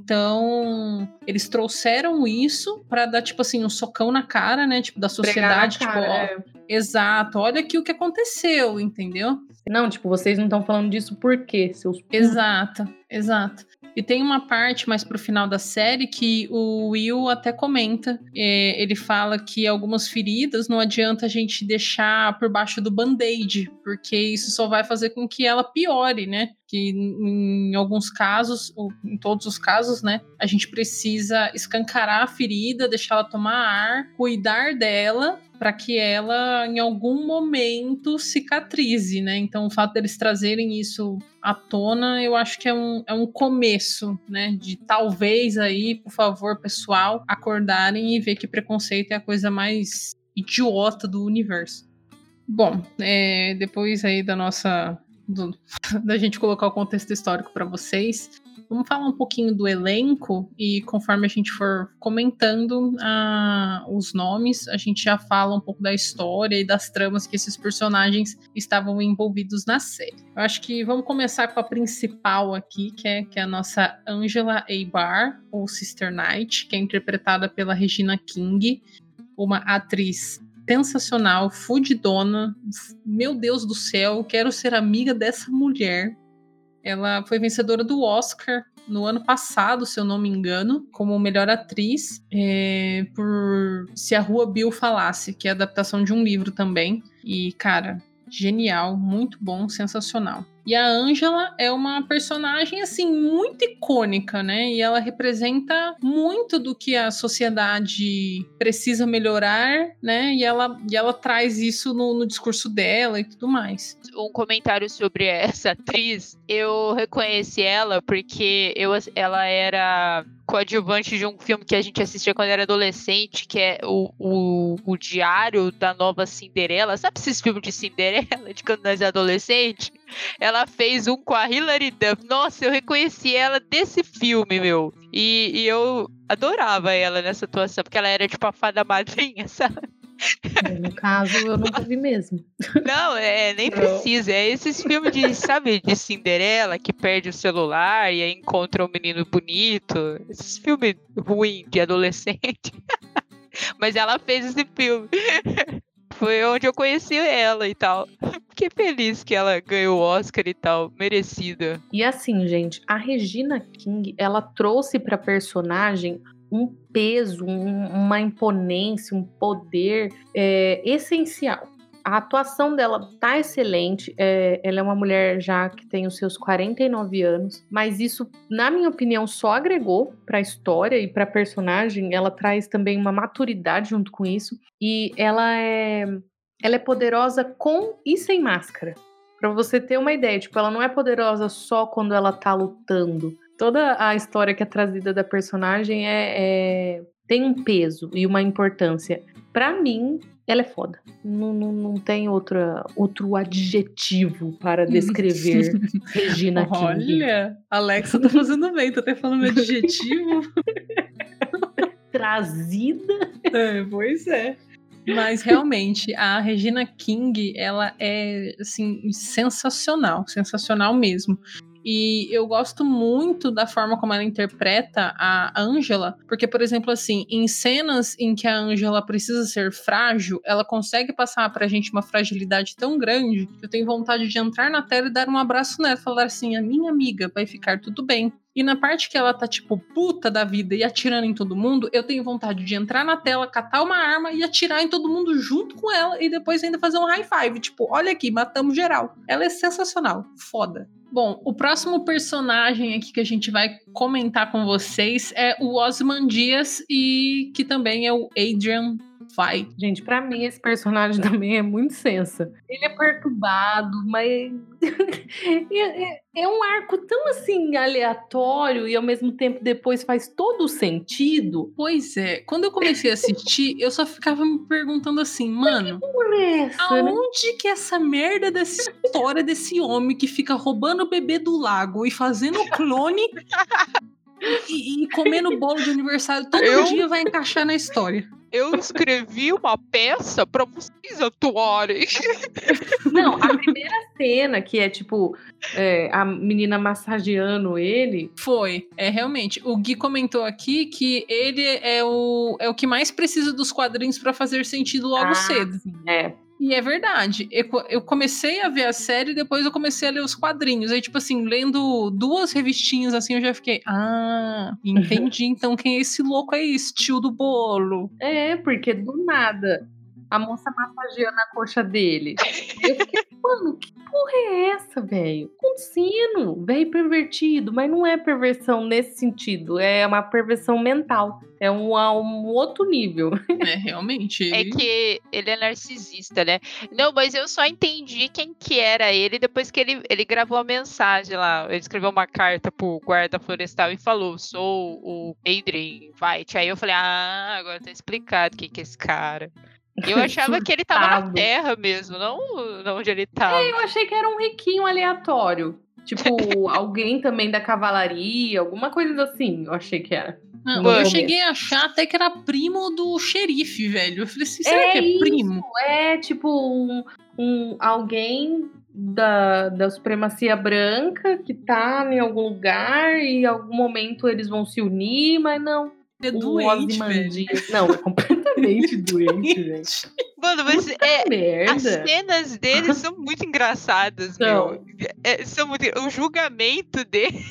Então, eles trouxeram isso para dar, tipo assim, um socão na cara, né? Tipo, da sociedade, Pregar na cara, tipo, ó, é. exato, olha aqui o que aconteceu, entendeu? Não, tipo, vocês não estão falando disso por quê, seus... Exato, exato. E tem uma parte mais pro final da série que o Will até comenta. É, ele fala que algumas feridas não adianta a gente deixar por baixo do band-aid, porque isso só vai fazer com que ela piore, né? Que em alguns casos, ou em todos os casos, né? A gente precisa escancarar a ferida, deixar ela tomar ar, cuidar dela, para que ela, em algum momento, cicatrize, né? Então, o fato deles trazerem isso à tona, eu acho que é um, é um começo, né? De talvez aí, por favor, pessoal, acordarem e ver que preconceito é a coisa mais idiota do universo. Bom, é, depois aí da nossa... Do, da gente colocar o contexto histórico para vocês, vamos falar um pouquinho do elenco e conforme a gente for comentando ah, os nomes, a gente já fala um pouco da história e das tramas que esses personagens estavam envolvidos na série. Eu acho que vamos começar com a principal aqui, que é, que é a nossa Angela Abar, ou Sister Night, que é interpretada pela Regina King, uma atriz sensacional, fudidona, meu Deus do céu, quero ser amiga dessa mulher. Ela foi vencedora do Oscar no ano passado, se eu não me engano, como melhor atriz, é, por Se a Rua Bill Falasse, que é a adaptação de um livro também. E, cara, genial, muito bom, sensacional. E a Angela é uma personagem, assim, muito icônica, né? E ela representa muito do que a sociedade precisa melhorar, né? E ela, e ela traz isso no, no discurso dela e tudo mais. Um comentário sobre essa atriz. Eu reconheci ela porque eu, ela era coadjuvante de um filme que a gente assistia quando era adolescente, que é o, o, o Diário da Nova Cinderela. Sabe esses filmes de Cinderela, de quando nós é adolescente? Ela fez um com a Hilary Duff. Nossa, eu reconheci ela desse filme, meu. E, e eu adorava ela nessa atuação, porque ela era tipo a fada madrinha, sabe? No caso, eu nunca vi mesmo. Não, é, nem Não. precisa. É esses filmes de, sabe, de Cinderela, que perde o celular e aí encontra um menino bonito. Esses filmes ruins de adolescente. Mas ela fez esse filme. Foi onde eu conheci ela e tal. Fiquei feliz que ela ganhou o Oscar e tal, merecida. E assim, gente, a Regina King, ela trouxe pra personagem um peso, um, uma imponência, um poder é, essencial. A atuação dela tá excelente, é, ela é uma mulher já que tem os seus quarenta e nove anos, mas isso, na minha opinião, só agregou pra história e pra personagem. Ela traz também uma maturidade junto com isso, e ela é, ela é poderosa com e sem máscara. Pra você ter uma ideia, tipo, ela não é poderosa só quando ela tá lutando. Toda a história que é trazida da personagem é, é... tem um peso e uma importância. Pra mim, ela é foda. Não, não, não tem outra, outro adjetivo para descrever Regina King. Olha, Alexa tá fazendo bem, tá até falando adjetivo. Trazida. É, pois é. Mas realmente, a Regina King, ela é, assim, sensacional. Sensacional mesmo. E eu gosto muito da forma como ela interpreta a Angela, porque, por exemplo, assim, em cenas em que a Angela precisa ser frágil, ela consegue passar pra gente uma fragilidade tão grande que eu tenho vontade de entrar na tela e dar um abraço nela e falar assim, a minha amiga, vai ficar tudo bem. E na parte que ela tá, tipo, puta da vida e atirando em todo mundo, eu tenho vontade de entrar na tela, catar uma arma e atirar em todo mundo junto com ela e depois ainda fazer um high five. Tipo, olha aqui, matamos geral. Ela é sensacional. Foda. Bom, o próximo personagem aqui que a gente vai comentar com vocês é o Ozymandias e que também é o Adrian Veidt. Gente, pra mim esse personagem também é muito sensa. Ele é perturbado, mas é, é, é um arco tão assim aleatório e ao mesmo tempo depois faz todo o sentido. Pois é, quando eu comecei a assistir, eu só ficava me perguntando assim, mano, é essa, aonde né? que essa merda dessa história desse homem que fica roubando o bebê do lago e fazendo clone e, e comendo bolo de aniversário todo Eu? dia vai encaixar na história? Eu escrevi uma peça pra vocês atuarem. Não, a primeira cena que é tipo é, a menina massageando ele. Foi, é realmente. O Gui comentou aqui que ele é o, é o que mais precisa dos quadrinhos pra fazer sentido logo Ah, cedo. sim, é. E é verdade. Eu, eu comecei a ver a série e depois eu comecei a ler os quadrinhos. Aí, tipo assim, lendo duas revistinhas assim, eu já fiquei, ah, entendi então quem é esse louco aí, esse tio do bolo. É, porque do nada a moça massageando a coxa dele. Eu fiquei, mano, que porra é essa, velho? Acontecendo, velho pervertido, mas não é perversão nesse sentido, é uma perversão mental. É um, um outro nível. É, realmente. É Ele... que ele é narcisista, né? Não, mas eu só entendi quem que era ele depois que ele, ele gravou a mensagem lá. Ele escreveu uma carta pro guarda florestal e falou, sou o Adrian Veidt. Aí eu falei, ah, agora tá explicado quem que é esse cara. Eu achava que ele tava na Surtado. Terra mesmo, não, não onde ele tava. Eu achei que era um riquinho aleatório. Tipo, alguém também da cavalaria, alguma coisa assim, eu achei que era. Não, No eu começo. cheguei a achar até que era primo do xerife, velho. Eu falei assim, será É que é isso. primo? É tipo um, um alguém da, da supremacia branca que tá em algum lugar e em algum momento eles vão se unir, mas não. É O doente, velho. Ozymandias. Não, é completamente doente, gente. Mano, mas Puta é, as merda. cenas dele são muito engraçadas, São. meu. É, são muito, o julgamento dele.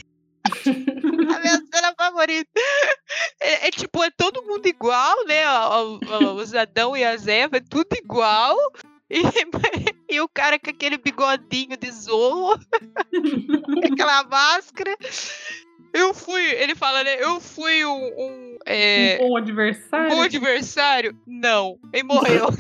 A minha cena favorita. É, é tipo, é todo mundo igual, né? O- o- Os Adão e as Eva, é tudo igual. E, e o cara com aquele bigodinho de zorro, aquela máscara. Eu fui, ele fala, né? Eu fui um, um, é, Um bom um adversário. bom adversário? Não. E morreu.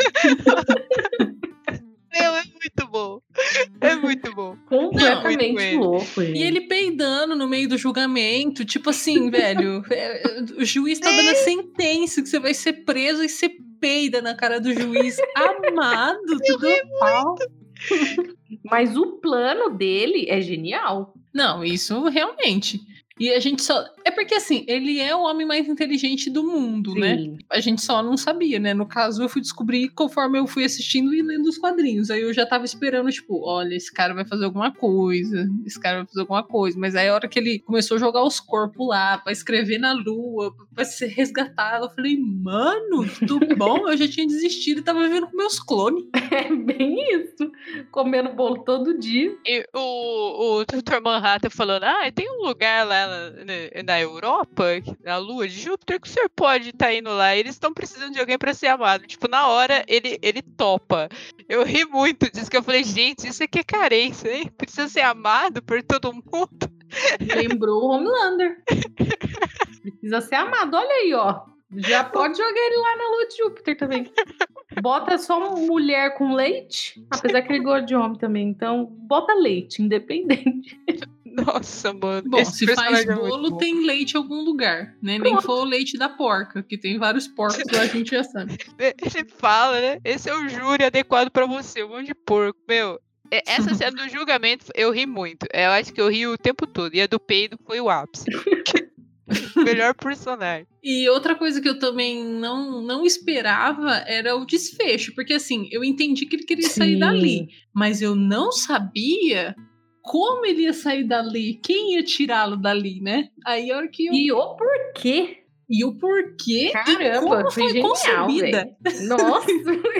Meu, é muito bom. É muito bom. Completamente Não, muito louco, gente. E ele peidando no meio do julgamento, tipo assim, velho, é, o juiz tá dando a sentença que você vai ser preso e você peida na cara do juiz. Amado, tudo pau. Mas o plano dele é genial. Não, isso realmente. E a gente só. É porque assim, ele é o homem mais inteligente do mundo, né? Sim. A gente só não sabia, né? No caso, eu fui descobrir conforme eu fui assistindo e lendo os quadrinhos. Aí eu já tava esperando, tipo, olha, esse cara vai fazer alguma coisa, esse cara vai fazer alguma coisa. Mas aí a hora que ele começou a jogar os corpos lá, pra escrever na lua, pra ser resgatado, eu falei, mano, tudo bom? Eu já tinha desistido e tava vivendo com meus clones. É bem isso. Comendo bolo todo dia. E o, o doutor Manhattan falando, ah, tem um lugar lá na, na- na Europa, na Lua de Júpiter, que o senhor pode estar indo lá. Eles estão precisando de alguém pra ser amado. Tipo, na hora, ele, ele topa. Eu ri muito disso, que eu falei, gente, isso aqui é carência, hein? Precisa ser amado por todo mundo. Lembrou o Homelander. Precisa ser amado. Olha aí, ó. Já pode jogar ele lá na Lua de Júpiter também. Bota só uma mulher com leite, apesar que ele gosta de homem também, então bota leite, independente. Nossa, mano. Bom, esse se faz personagem é muito bolo, bom. tem leite em algum lugar, né? Nem Pronto. for o leite da porca, que tem vários porcos lá, a gente já sabe. Ele fala, né? Esse é o júri adequado pra você, um monte de porco. Meu, é- essa cena do julgamento, eu ri muito. Eu acho que eu ri o tempo todo. E a do peido foi o ápice. Melhor personagem. E outra coisa que eu também não, não esperava era o desfecho, porque assim, eu entendi que ele queria sair Sim. dali, mas eu não sabia como ele ia sair dali, quem ia tirá-lo dali, né? Aí a hora que eu... E o porquê? E o porquê Caramba, e como foi foi genial, concebida. velho. Nossa,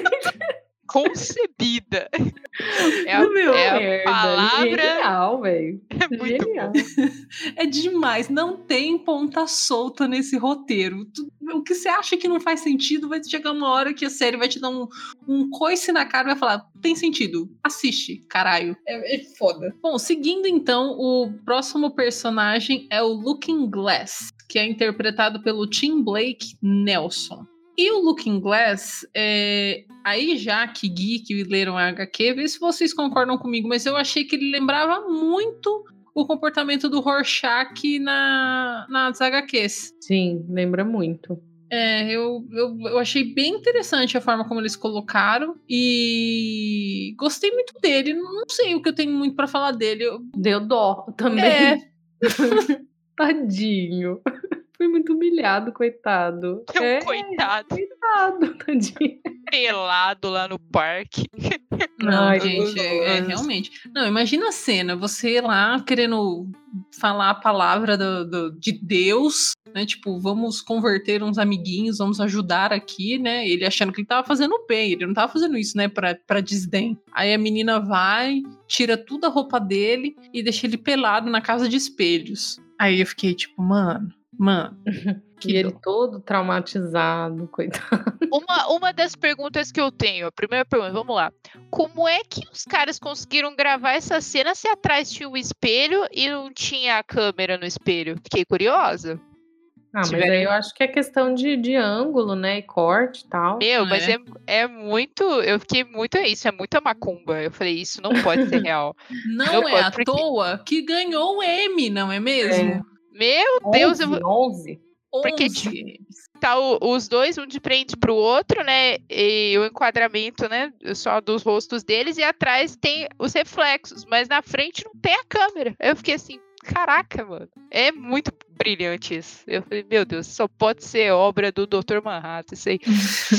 Concebida. É a, Meu, é a merda, palavra. genial, velho. É muito Genial. É demais, não tem ponta solta nesse roteiro. Tu- O que você acha que não faz sentido, vai chegar uma hora que a série vai te dar um, um coice na cara e vai falar, tem sentido, assiste, caralho. É, é foda. Bom, seguindo então, o próximo personagem é o Looking Glass, que é interpretado pelo Tim Blake Nelson. E o Looking Glass, é... aí já que Gui, que leram a H Q, vê se vocês concordam comigo, mas eu achei que ele lembrava muito o comportamento do Rorschach na, nas H Qs. Sim, lembra muito. É, eu, eu, eu achei bem interessante a forma como eles colocaram e gostei muito dele. Não sei o que eu tenho muito pra falar dele. Eu- Deu dó também. É. Tadinho. Fui muito humilhado, coitado. É um É, coitado, coitado, tadinho. pelado lá no parque. Não, Ai, gente, é, é Deus. realmente. Não, imagina a cena, você lá querendo falar a palavra do, do- de Deus, né? Tipo, vamos converter uns amiguinhos, vamos ajudar aqui, né? Ele achando que ele tava fazendo bem, ele não tava fazendo isso, né, pra, pra desdém. Aí a menina vai, tira toda a roupa dele e deixa ele pelado na casa de espelhos. Aí eu fiquei tipo, mano, mano. Que E ele dó. todo traumatizado, coitado. Uma, uma das perguntas que eu tenho, a primeira pergunta, vamos lá. Como é que os caras conseguiram gravar essa cena se atrás tinha um espelho e não tinha a câmera no espelho? Fiquei curiosa. Ah, mas Tiveram- aí eu acho que é questão de, de ângulo, né? E corte e tal. Meu, Ah, mas é? é, é muito. Eu fiquei muito. Isso é muita macumba. Eu falei, isso não pode ser real. Não, Não é pode, à porque- toa que ganhou o M, não é mesmo? Meu Deus, eu vou. onze. Porque, onze. Tá o- os dois, um de frente pro outro, né? E o enquadramento, né? Só dos rostos deles, e atrás tem os reflexos, mas na frente não tem a câmera. Eu fiquei assim, caraca, mano. É muito brilhante isso. Eu falei, meu Deus, só pode ser obra do doutor Manhattan, isso aí.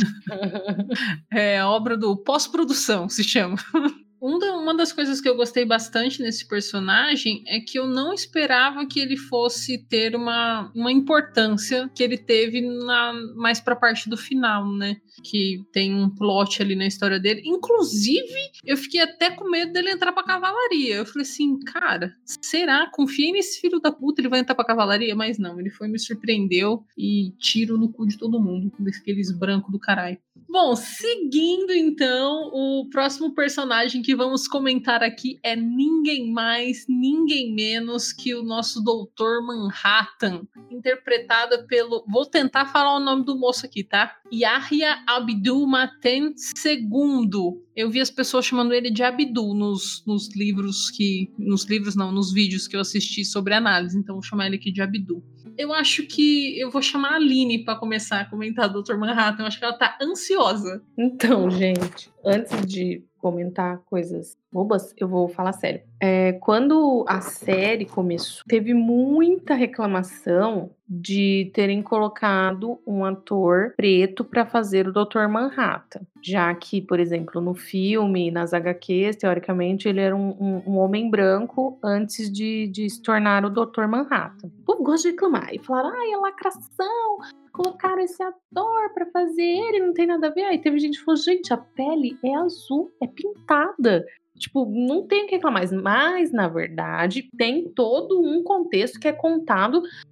É a obra do pós-produção, se chama. Um da- uma das coisas que eu gostei bastante nesse personagem é que eu não esperava que ele fosse ter uma, uma importância que ele teve na, mais pra parte do final, né? Que tem um plot ali na história dele. Inclusive, eu fiquei até com medo dele entrar pra cavalaria. Eu falei assim, cara, será? Confiei nesse filho da puta, ele vai entrar pra cavalaria? Mas não, ele foi, me surpreendeu e tiro no cu de todo mundo, daqueles brancos do caralho. Bom, seguindo então, o próximo personagem que vamos comentar aqui é ninguém mais, ninguém menos que o nosso doutor Manhattan, interpretada pelo... Vou tentar falar o nome do moço aqui, tá? Yahya Abdul-Mateen segundo. Eu vi as pessoas chamando ele de Abdul nos, nos livros que... Nos livros não, nos vídeos que eu assisti sobre análise, então vou chamar ele aqui de Abdul. Eu acho que eu vou chamar a Aline pra começar a comentar doutor Manhattan. Eu acho que ela tá ansiosa. Então, gente, antes de comentar coisas bobas, eu vou falar sério. É, quando a série começou, teve muita reclamação de terem colocado um ator preto para fazer o doutor Manhattan. Já que, por exemplo, no filme, nas H Qs, teoricamente, ele era um, um, um homem branco antes de, de se tornar o doutor Manhattan. O povo gosta de reclamar e falaram, ai, é lacração, colocaram esse ator pra fazer ele, não tem nada a ver. Aí teve gente que falou, gente, a pele é azul, é pintada. Tipo, não tem o que reclamar. Mas, na verdade, tem todo um contexto que é contado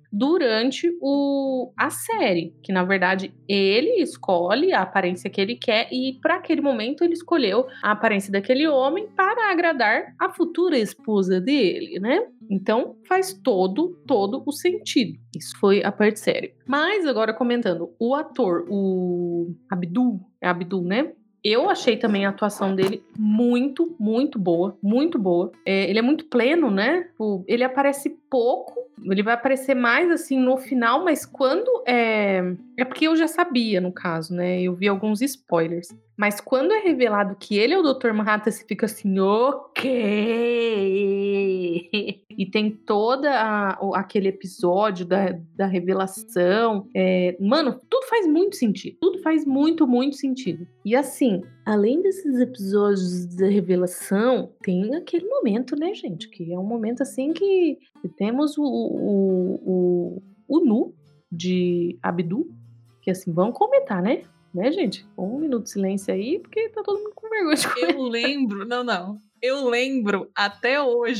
durante o, a série. Que, na verdade, ele escolhe a aparência que ele quer e, para aquele momento, ele escolheu a aparência daquele homem para agradar a futura esposa dele, né? Então, faz todo, todo o sentido. Isso foi a parte séria. Mas, agora comentando, o ator, o Abdul, é Abdul, né? Eu achei também a atuação dele muito, muito boa. Muito boa. É, ele é muito pleno, né? O, ele aparece pouco. Ele vai aparecer mais, assim, no final. Mas quando é... É porque eu já sabia, no caso, né? Eu vi alguns spoilers. Mas quando é revelado que ele é o doutor Manhattan, você fica assim, ok! E tem toda a, aquele episódio da, da revelação. É, mano, tudo faz muito sentido. Tudo faz muito, muito sentido. E assim, além desses episódios da revelação, tem aquele momento, né, gente? Que é um momento assim que, que temos o, o, o, o nu de Abdul. Que assim, vamos comentar, né? Né, gente? Um minuto de silêncio aí, porque tá todo mundo com vergonha de comentar. Eu lembro, não, não. Eu lembro até hoje.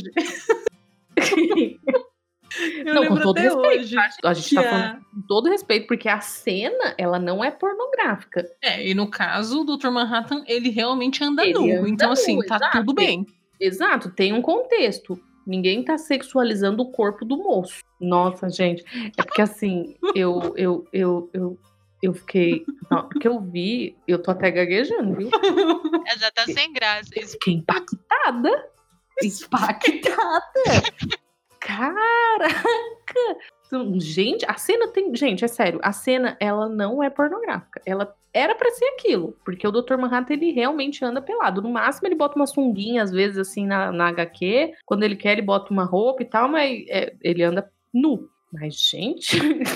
Eu não, lembro com todo até respeito. hoje. A gente tá falando com todo respeito, porque a cena, ela não é pornográfica. É, e no caso, o doutor Manhattan, ele realmente anda Ele nu. anda então, nu, assim, tá exato. tudo bem. Exato, tem um contexto. Ninguém tá sexualizando o corpo do moço. Nossa, gente. É porque, assim, eu, eu, eu, eu, eu fiquei... Não, porque eu vi, eu tô até gaguejando, viu? Ela já tá sem graça. Eu fiquei impactada. Impactada. Caraca! Gente, a cena tem... Gente, é sério. A cena, ela não é pornográfica. Ela era pra ser aquilo. Porque o doutor Manhattan, ele realmente anda pelado. No máximo, ele bota uma sunguinha, às vezes, assim, na, na agá quê. Quando ele quer, ele bota uma roupa e tal. Mas é, ele anda nu. Mas, gente...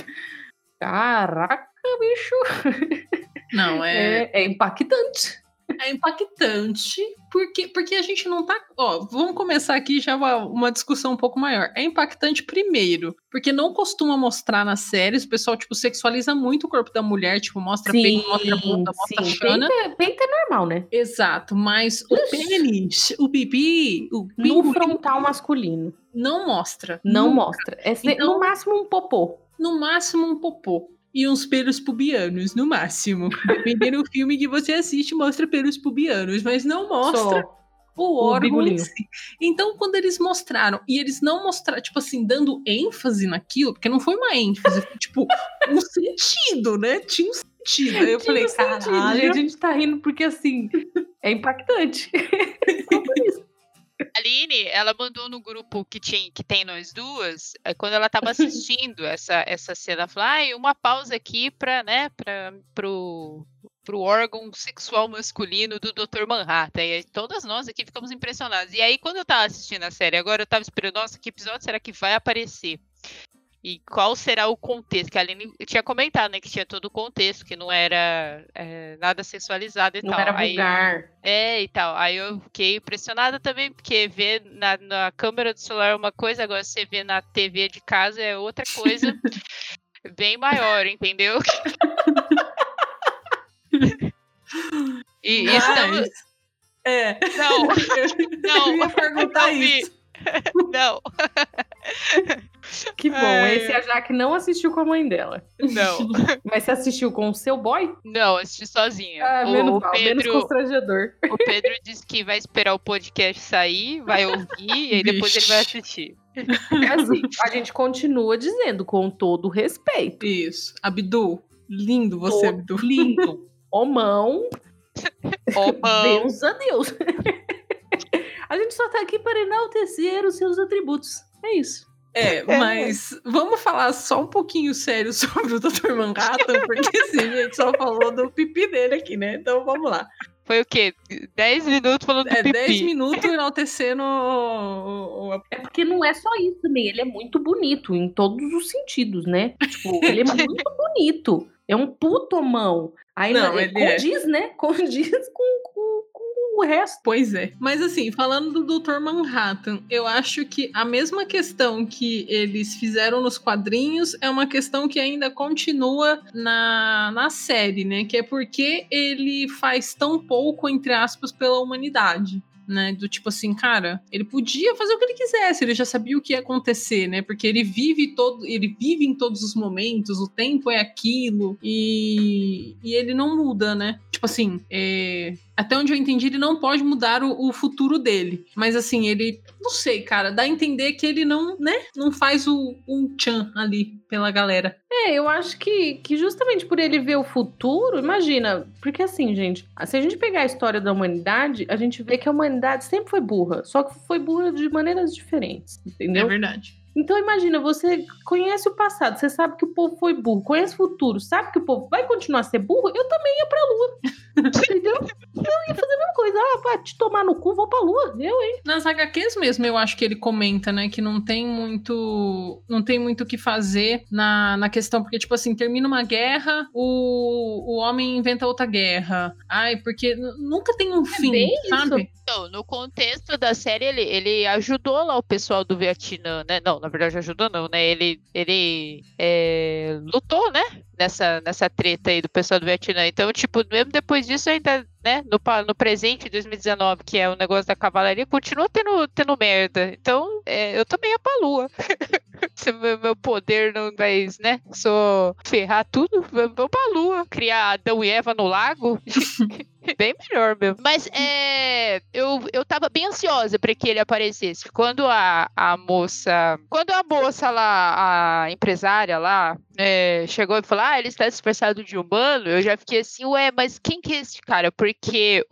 Caraca, bicho! Não, é... É, é impactante. É impactante, porque, porque a gente não tá... Ó, vamos começar aqui já uma, uma discussão um pouco maior. É impactante primeiro, porque não costuma mostrar nas séries, o pessoal, tipo, sexualiza muito o corpo da mulher, tipo, mostra Sim, peito, mostra bunda, mostra sim. chana. Peito, peito é normal, né? Exato, mas o pênis, o pipi, o No pingo, frontal masculino. não mostra. Não Nunca. mostra. É se- Então- no máximo um popô. No máximo um popô. E uns pelos pubianos, no máximo. Dependendo do filme que você assiste, mostra pelos pubianos, mas não mostra Só. o o órgão em bigolinho. si. Então, quando eles mostraram, e eles não mostraram, tipo assim, dando ênfase naquilo, porque não foi uma ênfase, foi tipo um sentido, né? Tinha um sentido. Aí eu Tinha falei, um sentido, caralho. gente, a gente tá rindo porque, assim, é impactante. Só por isso. A Aline, ela mandou no grupo que, tinha, que tem nós duas, é, quando ela tava assistindo essa, essa cena, ela falou, ah, uma pausa aqui pra, né, pra, pro, pro órgão sexual masculino do doutor Manhattan. E aí, todas nós aqui ficamos impressionadas. E aí, quando eu tava assistindo a série, agora eu tava esperando, nossa, que episódio será que vai aparecer? E qual será o contexto? Que a Aline tinha comentado, né? Que tinha todo o contexto, que não era é, nada sexualizado e Não tal. era Aí, vulgar. é, e tal. Aí eu fiquei impressionada também, porque ver na, na câmera do celular é uma coisa, agora você vê na T V de casa é outra coisa bem maior, entendeu? E Mas, estamos... É. Não, não, Eu ia perguntar não vi. isso. Não, Que bom, Ai, esse a Jaque não assistiu com a mãe dela. não, Mas você assistiu com o seu boy? não, assisti sozinha. Ah, o, menos o mal, menos Pedro, constrangedor. o Pedro disse que vai esperar o podcast sair, vai ouvir e aí depois ele vai assistir. Assim, a gente continua dizendo, com todo respeito. Isso. Abdul, lindo você, Todo Abdul. lindo. Homão, Ó, mão. Deus a Deus. A gente só tá aqui para enaltecer os seus atributos. É isso. É, mas vamos falar só um pouquinho sério sobre o doutor Manhattan, porque assim, a gente só falou do pipi dele aqui, né? Então vamos lá. Foi o quê? dez minutos falando do É pipi. dez minutos enaltecendo o, o, É porque não é só isso também. Ele é muito bonito em todos os sentidos, né? Tipo, ele é muito bonito. É um puto homão. Aí Não, é, ele é. condiz, né? Condiz com, com, com o resto. Pois é. Mas assim, falando do doutor Manhattan, eu acho que a mesma questão que eles fizeram nos quadrinhos é uma questão que ainda continua na, na série, né? Que é porque ele faz tão pouco, entre aspas, pela humanidade. né? Do tipo assim, cara, ele podia fazer o que ele quisesse, ele já sabia o que ia acontecer, né? Porque ele vive todo, ele vive em todos os momentos, o tempo é aquilo, e, e ele não muda, né? Tipo assim, é... até onde eu entendi, ele não pode mudar o, o futuro dele. Mas assim, ele... Não sei, cara. Dá a entender que ele não, né? Não faz o, um tchan ali pela galera. É, eu acho que, que justamente por ele ver o futuro... Imagina, porque assim, gente... Se a gente pegar a história da humanidade, a gente vê que a humanidade sempre foi burra. Só que foi burra de maneiras diferentes, entendeu? É verdade. Então imagina, você conhece o passado, você sabe que o povo foi burro, conhece o futuro, sabe que o povo vai continuar a ser burro, eu também ia pra lua, entendeu? Eu ia fazer a mesma coisa, ah, pra te tomar no cu, vou pra lua, eu, hein? Nas agá quês mesmo, eu acho que ele comenta, né, que não tem muito, não tem muito o que fazer na, na questão, porque, tipo assim, termina uma guerra, o, o homem inventa outra guerra, ai, porque nunca tem um É fim, bem sabe? isso. Então, no contexto da série, ele, ele ajudou lá o pessoal do Vietnã, né? Não, na verdade ajudou não, né? Ele, ele é, lutou, né? Nessa, nessa treta aí do pessoal do Vietnã. Então, tipo, mesmo depois disso, ainda, né? No, no presente, dois mil e dezenove, que é o negócio da cavalaria, continua tendo, tendo merda. Então, é, eu também ia pra lua. Se meu, meu poder não vai, né? Só ferrar tudo, vou pra lua. Criar Adão e Eva no lago. Bem melhor mesmo. Mas é, eu, eu tava bem ansiosa pra que ele aparecesse. Quando a, a moça. Quando a moça lá, a empresária lá, é, chegou e falou: ah, ele está disfarçado de humano, eu já fiquei assim, ué, mas quem que é esse cara? Porque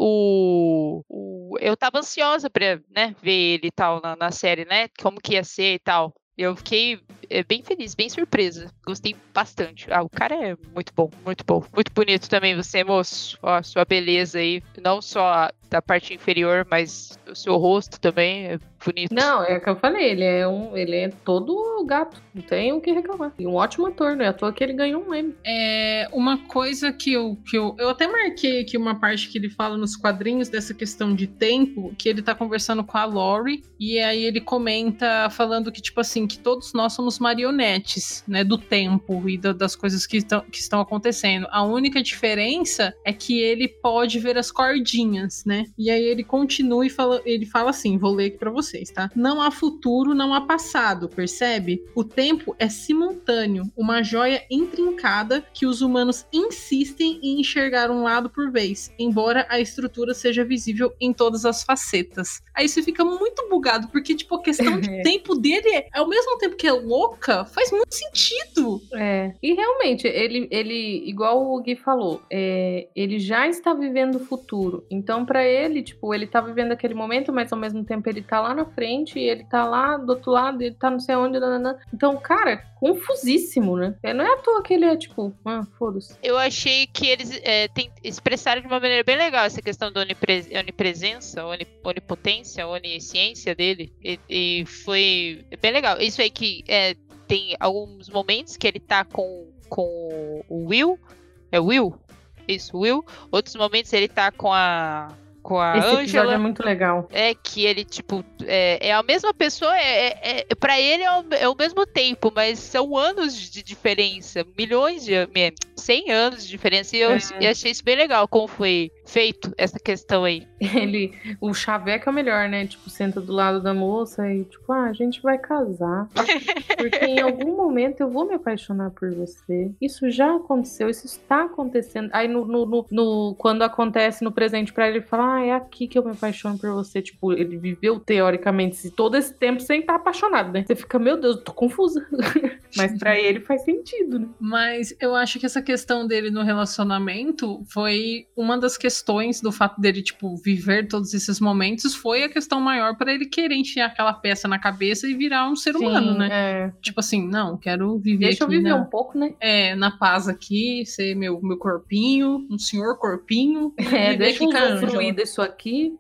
o. o eu tava ansiosa pra, né, ver ele e tal na, na série, né? Como que ia ser e tal. Eu fiquei é, bem feliz, bem surpresa. Gostei bastante. Ah, o cara é muito bom, muito bom. Muito bonito também você, moço. Ó, sua beleza aí. Não só da parte inferior, mas o seu rosto também é bonito. Não, é o que eu falei, ele é, um, ele é todo gato. Não tem o que reclamar. E um ótimo ator, né? À toa que ele ganhou um Emmy. É uma coisa que eu, que eu... Eu até marquei aqui uma parte que ele fala nos quadrinhos dessa questão de tempo, que ele tá conversando com a Lori, e aí ele comenta falando que, tipo assim, que todos nós somos marionetes, né? Do tempo e da, das coisas que, tão, que estão acontecendo. A única diferença é que ele pode ver as cordinhas, né? E aí ele continua e fala, ele fala assim, vou ler aqui pra vocês, tá? Não há futuro, não há passado, percebe? O tempo é simultâneo, uma joia intrincada que os humanos insistem em enxergar um lado por vez, embora a estrutura seja visível em todas as facetas. Aí você fica muito bugado, porque tipo, a questão de tempo dele é, ao mesmo tempo que é louca, faz muito sentido. É, e realmente, ele, ele igual o Gui falou, é, ele já está vivendo o futuro, então pra ele, tipo, ele tá vivendo aquele momento, mas ao mesmo tempo ele tá lá na frente, e ele tá lá do outro lado, ele tá não sei onde, nanana. Então, cara, confusíssimo, né? É, não é à toa que ele é, tipo, ah, foda-se. Eu achei que eles é, tem, expressaram de uma maneira bem legal essa questão da onipre, onipresença, onip, onipotência, onisciência dele, e, e foi bem legal. Isso aí que é, tem alguns momentos que ele tá com, com o Will, é Will? Isso, Will. Outros momentos ele tá com a com a Esse episódio Angela. é muito legal. É que ele, tipo, é, é a mesma pessoa, é, é, é, pra ele é o, é o mesmo tempo, mas são anos de diferença, milhões de, cem anos de diferença, e eu, É. eu achei isso bem legal, como foi feito essa questão aí. Ele, o chaveco é o melhor, né? Tipo, senta do lado da moça e tipo, ah, a gente vai casar. Porque em algum momento eu vou me apaixonar por você. Isso já aconteceu, isso está acontecendo. Aí no, no, no, no- quando acontece no presente pra ele, ele fala, ah, é aqui que eu me apaixono por você. Tipo, ele viveu teoricamente todo esse tempo sem estar apaixonado, né? Você fica, meu Deus, eu tô confusa. Mas pra ele faz sentido, né? Mas eu acho que essa questão dele no relacionamento foi uma das questões do fato dele, tipo, viver todos esses momentos, foi a questão maior pra ele querer enfiar aquela peça na cabeça e virar um ser humano, né? É. Tipo assim, não, quero viver Deixa eu aqui viver na, um pouco, né? é, na paz aqui, ser meu, meu corpinho, um senhor corpinho. e É, viver deixa eu aqui com a usufruir Ângela. disso aqui.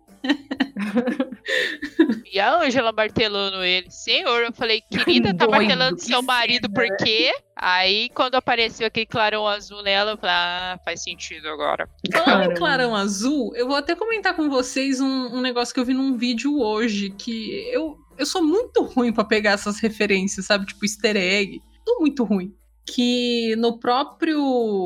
E a Ângela martelando ele. Senhor, eu falei, querida, tá Doido, martelando que seu marido cena, por quê? Aí, quando apareceu aquele clarão azul nela, eu falei, ah, faz sentido agora. Falando Caramba. em clarão azul, eu vou até comentar com vocês um, um negócio que eu vi num vídeo hoje, que eu, eu sou muito ruim pra pegar essas referências, sabe? Tipo easter egg. Tô muito ruim. Que no próprio...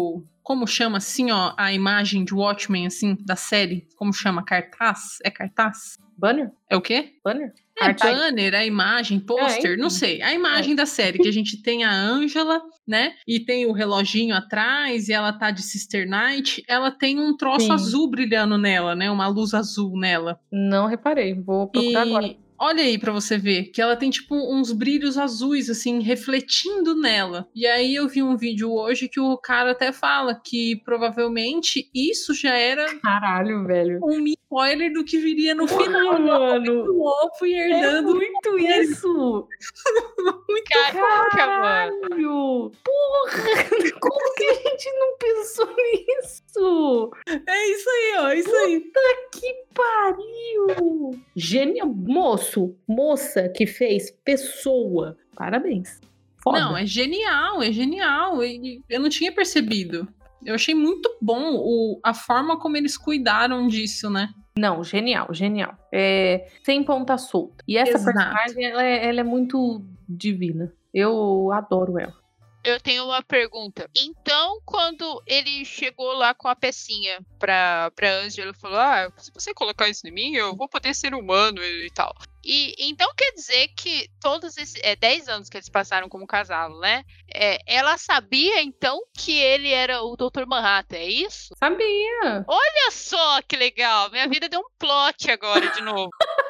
como chama assim, ó, a imagem de Watchmen, assim, da série? Como chama? Cartaz? É cartaz? Banner? É o quê? Banner? É Arte. banner, a imagem, pôster, É, não enfim. sei. A imagem da série, que a gente tem a Angela, né? E tem o reloginho atrás, e ela tá de Sister Night. Ela tem um troço Sim. azul brilhando nela, né? Uma luz azul nela. Não reparei, vou procurar agora. E olha aí pra você ver, que ela tem tipo uns brilhos azuis, assim, refletindo nela. E aí eu vi um vídeo hoje que o cara até fala que provavelmente isso já era Caralho, velho. um mini spoiler do que viria no Porra, final. mano. O Wolf É herdando. muito isso! Caraca, mano. Caralho! Porra! Como que a gente não pensou nisso? É isso aí, ó, é isso aí. Que pariu! Gênio, moço, moça que fez, pessoa. Parabéns. Foda. Não, é genial, é genial. E eu não tinha percebido. Eu achei muito bom o, a forma como eles cuidaram disso, né? Não, genial, genial. É, sem ponta solta. E essa Exato. personagem, ela é, ela é muito divina. Eu adoro ela. Eu tenho uma pergunta. Então, quando ele chegou lá com a pecinha pra, pra Angela, ele falou: ah, se você colocar isso em mim, eu vou poder ser humano e, e tal. E então quer dizer que todos esses é, dez anos que eles passaram como casal, né? É, ela sabia então que ele era o doutor Manhattan, é isso? Sabia? Olha só que legal! Minha vida deu um plot agora de novo.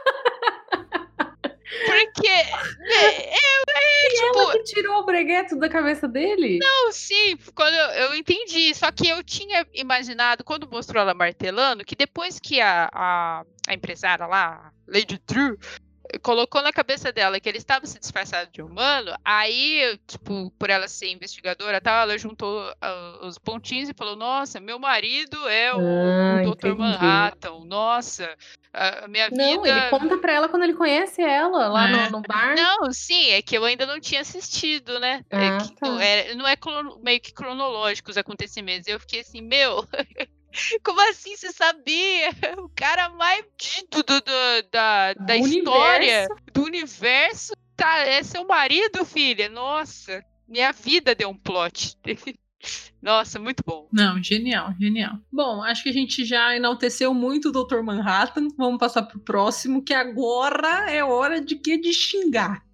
Porque é, é, E tipo, ela que tirou o bregueto da cabeça dele? não, sim, quando eu, eu entendi. Só que eu tinha imaginado, quando mostrou ela martelando, que depois que a, a, a empresária lá, Lady True, colocou na cabeça dela que ele estava se disfarçado de humano, aí, tipo, por ela ser investigadora e tal, ela juntou uh, os pontinhos e falou: nossa, meu marido é o, Ah, o doutor entendi. Manhattan, nossa, a minha Não, vida... ele conta pra ela quando ele conhece ela, lá É. no, no bar. Não, sim, é que eu ainda não tinha assistido, né? É Ah, que tá. não é, não é crono- meio que cronológico os acontecimentos. Eu fiquei assim, meu, como assim você sabia? O cara mais dito do, do- da, da Do história, do universo, tá, é seu marido, filha. Nossa, minha vida deu um plot. Nossa, muito bom. Não, genial, genial. Bom, acho que a gente já enalteceu muito o doutor Manhattan. Vamos passar pro próximo, que agora é hora de que de xingar.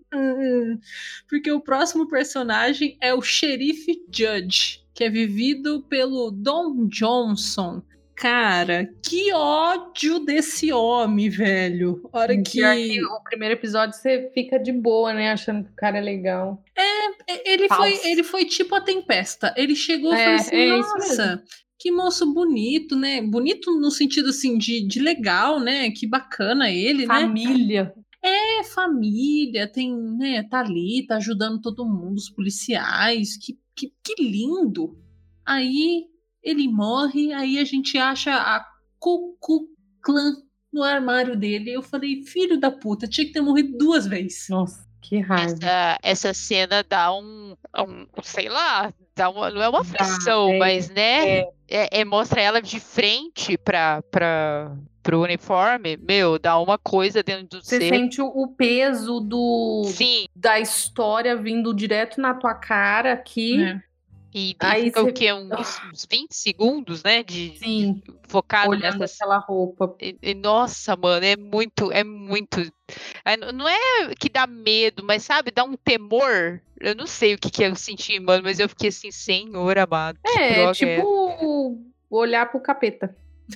Porque o próximo personagem é o Xerife Judge, que é vivido pelo Don Johnson. Cara, que ódio desse homem, velho. Hora que... Pior que o primeiro episódio você fica de boa, né? Achando que o cara é legal. Ele foi, Falso. ele foi tipo a Tempesta. Ele chegou e É, falou assim, é isso nossa, que moço bonito, né? Bonito no sentido, assim, de, de legal, né? Que bacana ele, né? Família. É família, tem, né, tá ali, tá ajudando todo mundo, os policiais. Que, que, que lindo. Aí ele morre, aí a gente acha a Ku Klux Klan no armário dele. Eu falei, filho da puta, tinha que ter morrido duas vezes. Nossa, que raiva. Essa, essa cena dá um, um, sei lá, dá uma, não é uma Dá, aflição, é, mas, né, é. é, é, mostra ela de frente pra, pra, pro uniforme, meu, dá uma coisa dentro do Você ser. sente o, o peso do, Sim, da história vindo direto na tua cara aqui. É. e, e Aí fica você- o quê? Uns, uns vinte segundos, né, de, Sim, focado olhando nessas... aquela roupa. E- e, nossa, mano, é muito, é muito. é, n- Não é que dá medo, mas sabe, dá um temor. Eu não sei o que, que eu senti, mano, mas eu fiquei assim, Senhor amado. Que É, droga tipo olhar pro capeta.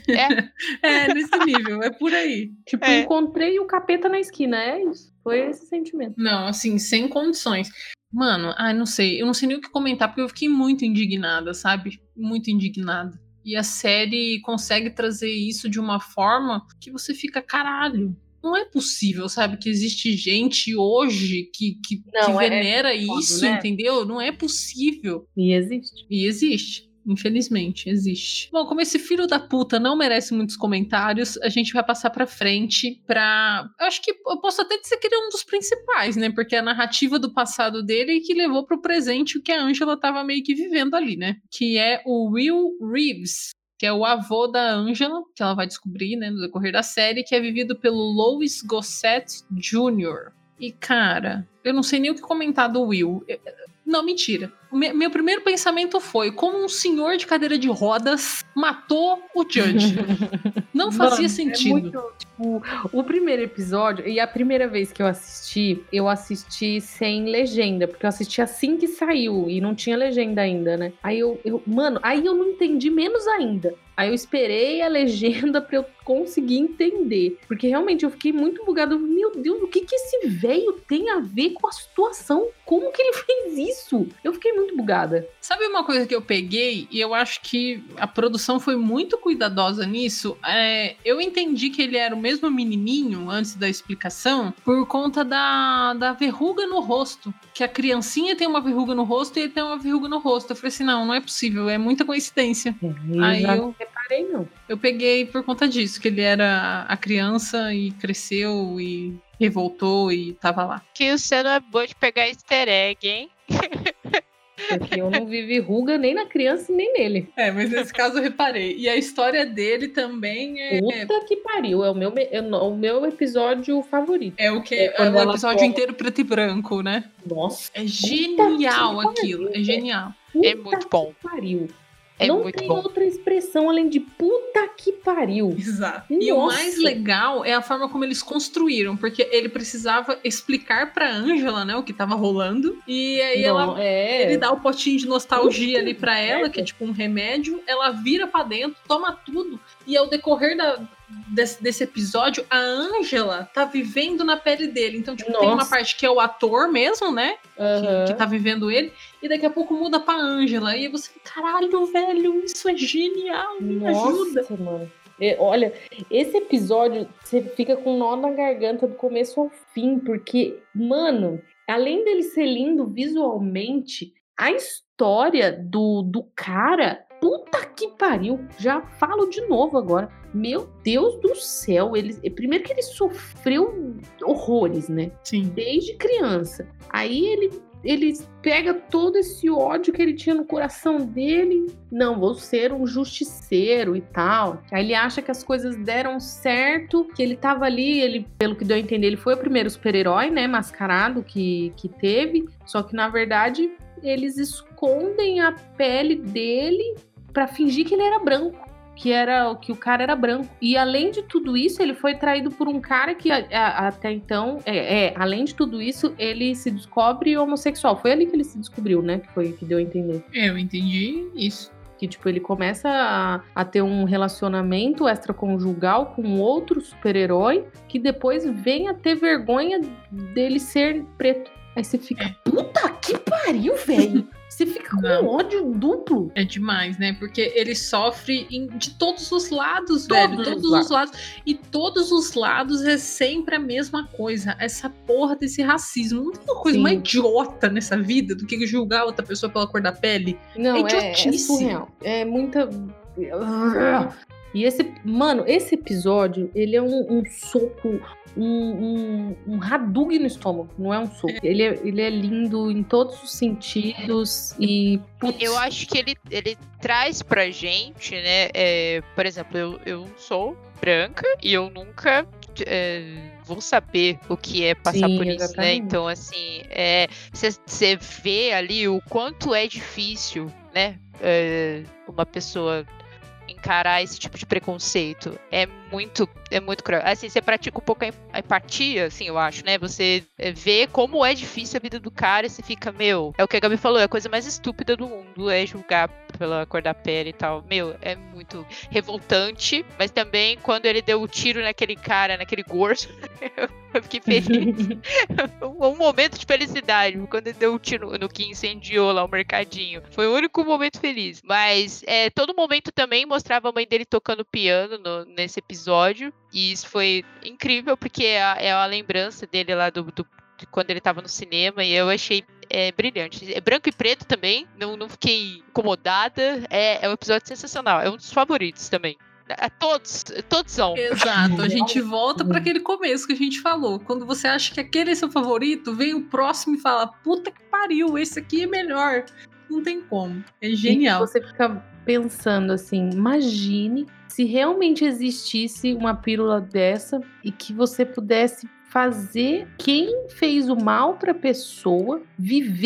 é? É, nesse nível, é por aí. Tipo, É. encontrei o capeta na esquina. É isso. Foi esse sentimento. Não, assim, sem condições. Mano, ai, não sei. Eu não sei nem o que comentar, porque eu fiquei muito indignada, sabe? Muito indignada. E a série consegue trazer isso de uma forma que você fica, caralho. Não é possível, sabe? Que existe gente hoje que, que, Não, que é- venera é foda, isso, né? entendeu? Não é possível. E existe. E existe. Infelizmente, existe. Bom, como esse filho da puta não merece muitos comentários, a gente vai passar pra frente pra... Eu acho que eu posso até dizer que ele é um dos principais, né? Porque é a narrativa do passado dele que levou pro presente o que a Angela tava meio que vivendo ali, né? Que é o Will Reeves, que é o avô da Angela, que ela vai descobrir, né, no decorrer da série, que é vivido pelo Louis Gossett Júnior E, cara, eu não sei nem o que comentar do Will. Eu- Não, mentira. me- meu primeiro pensamento foi como um senhor de cadeira de rodas matou o Judge. Não fazia Mano, sentido. É muito, tipo, o primeiro episódio, e a primeira vez que eu assisti, eu assisti sem legenda, porque eu assisti assim que saiu, e não tinha legenda ainda, né? Aí eu, eu mano, aí eu não entendi menos ainda. Aí eu esperei a legenda pra eu conseguir entender. Porque realmente eu fiquei muito bugado. Meu Deus, o que que esse velho tem a ver com a situação? Como que ele fez isso? Eu fiquei muito bugada. Sabe uma coisa que eu peguei, e eu acho que a produção foi muito cuidadosa nisso? É, eu entendi que ele era o mesmo menininho, antes da explicação, por conta da, da verruga no rosto. Que a criancinha tem uma verruga no rosto e ele tem uma verruga no rosto. Eu falei assim, não, não é possível, é muita coincidência. Eu Aí já eu- não reparei, não. Eu peguei por conta disso, que ele era a criança e cresceu e revoltou e tava lá. Que você não é boa de pegar easter egg, hein? Porque eu não vi verruga nem na criança nem nele. É, mas nesse caso eu reparei. E a história dele também é... Puta que pariu. É o meu, me- é o meu episódio favorito. É o que É é, quando o ela episódio toma- inteiro preto e branco, né? Nossa. É genial Puta que aquilo, pariu, é genial. Puta É muito bom. que pariu. É não muito tem bom. outra expressão além de puta que pariu. Exato. E o Nossa. mais legal é a forma como eles construíram, porque ele precisava explicar pra Ângela, né, o que tava rolando. E aí ela Não, é. Ele dá o potinho de nostalgia Puta ali pra ela, que é tipo um remédio. Ela vira pra dentro, toma tudo. E ao decorrer da, desse, desse episódio, a Ângela tá vivendo na pele dele. Então, tipo, tem uma Nossa. parte que é o ator mesmo, né? Aham. Que, que tá vivendo ele. E daqui a pouco muda pra Ângela. E aí você, caralho, velho, isso é genial. Me ajuda. Nossa, mano. É, olha, esse episódio você fica com nó na garganta do começo ao fim, porque, mano, além dele ser lindo visualmente, a história do, do cara, puta que pariu, já falo de novo agora. Meu Deus do céu, ele, primeiro que ele sofreu horrores, né? Sim. Desde criança. Aí ele, ele pega todo esse ódio que ele tinha no coração dele. Não, vou ser um justiceiro e tal. Aí ele acha que as coisas deram certo, que ele tava ali, ele, pelo que deu a entender, ele foi o primeiro super-herói, né, mascarado que, que teve. Só que, na verdade, eles escondem a pele dele pra fingir que ele era branco. Que era que o cara era branco. E além de tudo isso, ele foi traído por um cara que a, a, até então. É, é, além de tudo isso, ele se descobre homossexual. Foi ali que ele se descobriu, né? Que foi que deu a entender. Eu entendi isso. Que, tipo, ele começa a, a ter um relacionamento extraconjugal com outro super-herói que depois vem a ter vergonha dele ser preto. Aí você fica, É. puta que pariu, velho! Você fica com Não. um ódio duplo. É demais, né? Porque ele sofre em- de todos os lados, Todos velho. os Todos os lados. E todos os lados é sempre a mesma coisa. Essa porra desse racismo. Não tem uma coisa Sim. mais idiota nessa vida do que julgar outra pessoa pela cor da pele? Não, É é, é idiotice. surreal. É muita. E esse, mano, esse episódio, ele é um, um soco, um, um, um Hadouken no estômago, não é um soco. Ele é, ele é lindo em todos os sentidos e. Putz, Eu acho que ele, ele traz pra gente, né? é, por exemplo, eu, eu sou branca e eu nunca é, vou saber o que é passar Sim, por isso, né? exatamente. Então, assim, você vê ali o quanto é difícil, né? é, uma pessoa encarar esse tipo de preconceito. É muito, é muito cruel. Assim, você pratica um pouco a em- a empatia, assim, eu acho, né? Você é, vê como é difícil a vida do cara e você fica, meu, é o que a Gabi falou, é a coisa mais estúpida do mundo, é julgar pela cor da pele e tal. Meu, é muito revoltante, mas também quando ele deu o tiro naquele cara, naquele gordo, eu fiquei feliz. um, um momento de felicidade, quando ele deu o tiro no que incendiou lá o mercadinho. Foi o único momento feliz. Mas é, todo momento também mostrava a mãe dele tocando piano no- nesse episódio. E isso foi incrível, porque é a, é a lembrança dele lá do, do- de quando ele tava no cinema. E eu achei é, brilhante. É branco e preto também. Não, não fiquei incomodada. É, é um episódio sensacional. É um dos favoritos também. A todos, todos são. Exato, a gente volta para aquele começo que a gente falou. Quando você acha que aquele é seu favorito, vem o próximo e fala: puta que pariu, esse aqui é melhor. Não tem como. É genial. E você fica pensando assim, imagine se realmente existisse uma pílula dessa e que você pudesse fazer quem fez o mal pra pessoa viver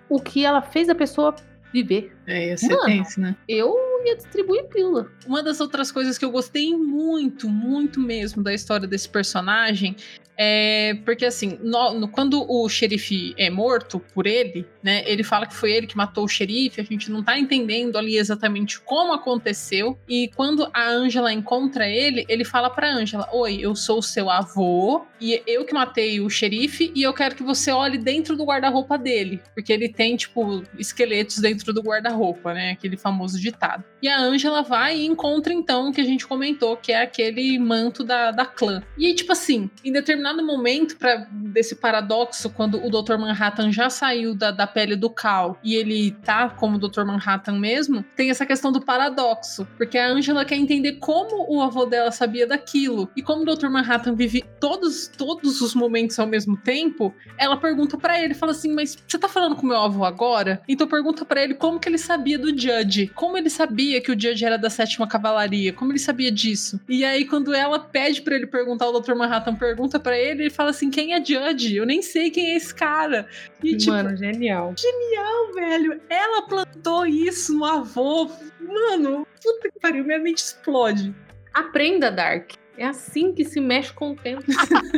o que ela fez a pessoa viver. É, ia ser Mano. tenso, né? Eu ia distribuir pílula. Uma das outras coisas que eu gostei muito, muito mesmo da história desse personagem é porque, assim, no, no, quando o xerife é morto por ele, né, ele fala que foi ele que matou o xerife, a gente não tá entendendo ali exatamente como aconteceu, e quando a Angela encontra ele, ele fala pra Angela, oi, eu sou o seu avô, e eu que matei o xerife, e eu quero que você olhe dentro do guarda-roupa dele, porque ele tem, tipo, esqueletos dentro do guarda-roupa, né, aquele famoso ditado. E a Angela vai e encontra, então, o que a gente comentou, que é aquele manto da, da clã. E aí, tipo assim, em determinado momento pra, desse paradoxo, quando o doutor Manhattan já saiu da, da pele do Cal e ele tá como o doutor Manhattan mesmo, tem essa questão do paradoxo, porque a Angela quer entender como o avô dela sabia daquilo, e como o doutor Manhattan vive todos, todos os momentos ao mesmo tempo, ela pergunta pra ele, fala assim, mas você tá falando com meu avô agora? Então pergunta pra ele como que ele sabia do Judge, como ele sabia que o Judge era da sétima cavalaria, como ele sabia disso? E aí quando ela pede pra ele perguntar, o doutor Manhattan pergunta pra ele, ele fala assim, quem é Judge? Eu nem sei quem é esse cara. E, tipo, Mano, genial. Genial, velho. Ela plantou isso no avô. Mano, puta que pariu, minha mente explode. Aprenda, Dark. É assim que se mexe com o tempo.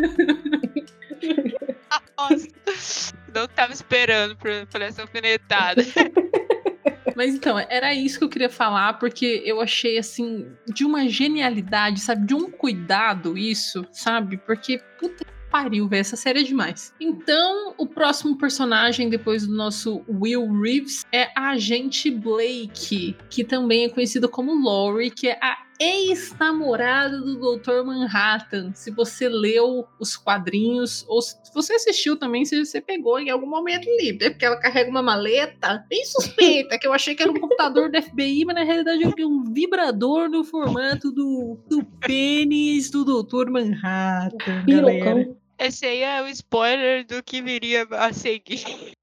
Nossa, não tava esperando por, por essa alfinetada. Mas então, era isso que eu queria falar, porque eu achei, assim, de uma genialidade, sabe? De um cuidado isso, sabe? Porque, puta que pariu, velho, essa série é demais. Então, o próximo personagem, depois do nosso Will Reeves, é a Agente Blake, que também é conhecida como Laurie, que é a ex-namorada do doutor Manhattan. Se você leu os quadrinhos, ou se você assistiu também, se você pegou em algum momento ali, né? Porque ela carrega uma maleta bem suspeita, que eu achei que era um computador do F B I, mas na realidade é um vibrador no formato do, do pênis do doutor Manhattan, galera. Esse aí é o spoiler do que viria a seguir.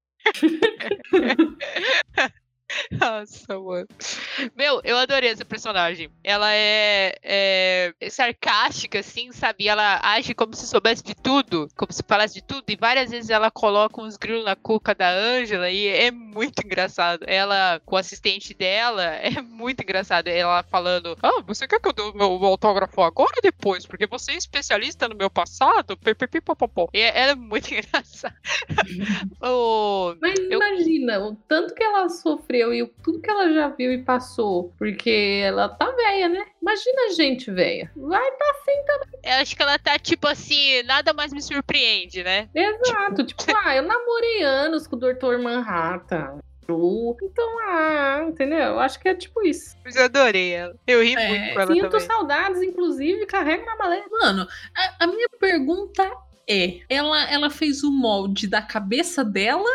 Nossa, mano. Meu, eu adorei essa personagem. Ela é, é sarcástica, assim, sabe? Ela age como se soubesse de tudo, como se falasse de tudo. E várias vezes ela coloca uns grilos na cuca da Angela e é muito engraçado. Ela, com o assistente dela, é muito engraçado. Ela falando, ah, você quer que eu dê o meu, meu autógrafo agora ou depois? Porque você é especialista no meu passado. Pipipipopopó. E ela é muito engraçada. oh, Mas eu... imagina, o tanto que ela sofreu e o tudo que ela já viu e passou, porque ela tá velha, né? Imagina a gente velha. Vai tá assim também. Eu acho que ela tá tipo assim, nada mais me surpreende, né? Exato, tipo, ah, eu namorei anos com o doutor Manhattan. Então, ah, entendeu? Eu acho que é tipo isso. Mas eu adorei ela. Eu ri É, muito com ela Sinto também. saudades, inclusive, carrega na maleta. Mano, a, a minha pergunta é, ela, ela fez o molde da cabeça dela?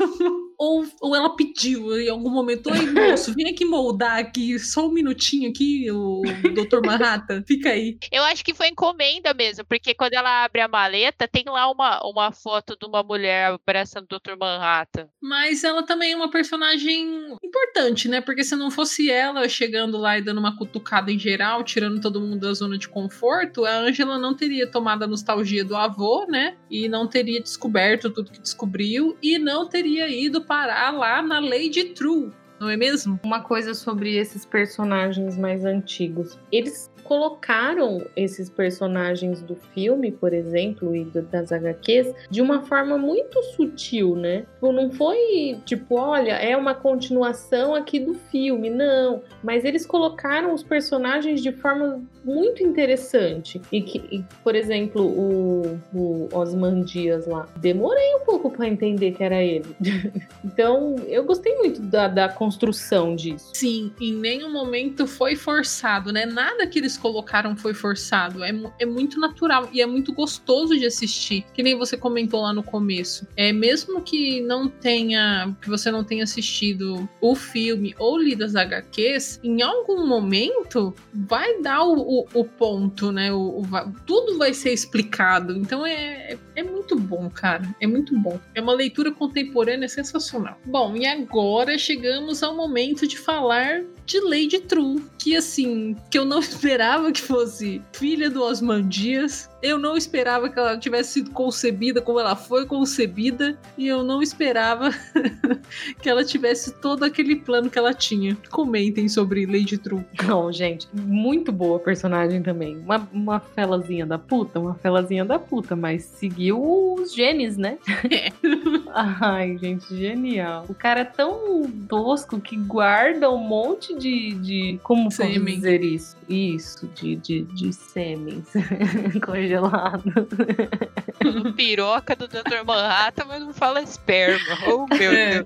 Ou, ou ela pediu em algum momento, oi moço, vem aqui moldar aqui, só um minutinho aqui, o doutor Manhattan, fica aí. Eu acho que foi encomenda mesmo, porque quando ela abre a maleta, tem lá uma, uma foto de uma mulher abraçando o doutor Manhattan. Mas ela também é uma personagem importante, né? Porque se não fosse ela chegando lá e dando uma cutucada em geral, tirando todo mundo da zona de conforto, a Angela não teria tomado a nostalgia do avô, né? E não teria descoberto tudo que descobriu, e não teria ido parar lá na Lady True, não é mesmo? Uma coisa sobre esses personagens mais antigos. Eles colocaram esses personagens do filme, por exemplo, e do, das agá quês, de uma forma muito sutil, né? Não foi tipo, olha, é uma continuação aqui do filme, não. Mas eles colocaram os personagens de forma muito interessante. E que, e, por exemplo, o, o Osman Dias lá, demorei um pouco para entender que era ele. Então, eu gostei muito da, da construção disso. Sim, em nenhum momento foi forçado, né? Nada que eles colocaram foi forçado. É, é muito natural e é muito gostoso de assistir. Que nem você comentou lá no começo. É, mesmo que não tenha, que você não tenha assistido o filme ou lido as agá quês, em algum momento vai dar o, o, o ponto, né? O, o, tudo vai ser explicado. Então é, é muito bom, cara. É muito bom. É uma leitura contemporânea sensacional. Bom, e agora chegamos ao momento de falar de Lady True, que assim, que eu não esperava que fosse filha do Osman Dias. Eu não esperava que ela tivesse sido concebida como ela foi concebida, e eu não esperava que ela tivesse todo aquele plano que ela tinha. Comentem sobre Lady True. Não, gente, muito boa personagem também. Uma, uma felazinha da puta, uma felazinha da puta, mas seguiu os genes, né? É. Ai, gente, genial. O cara é tão tosco que guarda um monte de... de como posso Sêmen. dizer isso? Isso, de, de, de sêmens congelado. Piroca do doutor Manhattan, mas não fala esperma. Oh, meu É. Deus.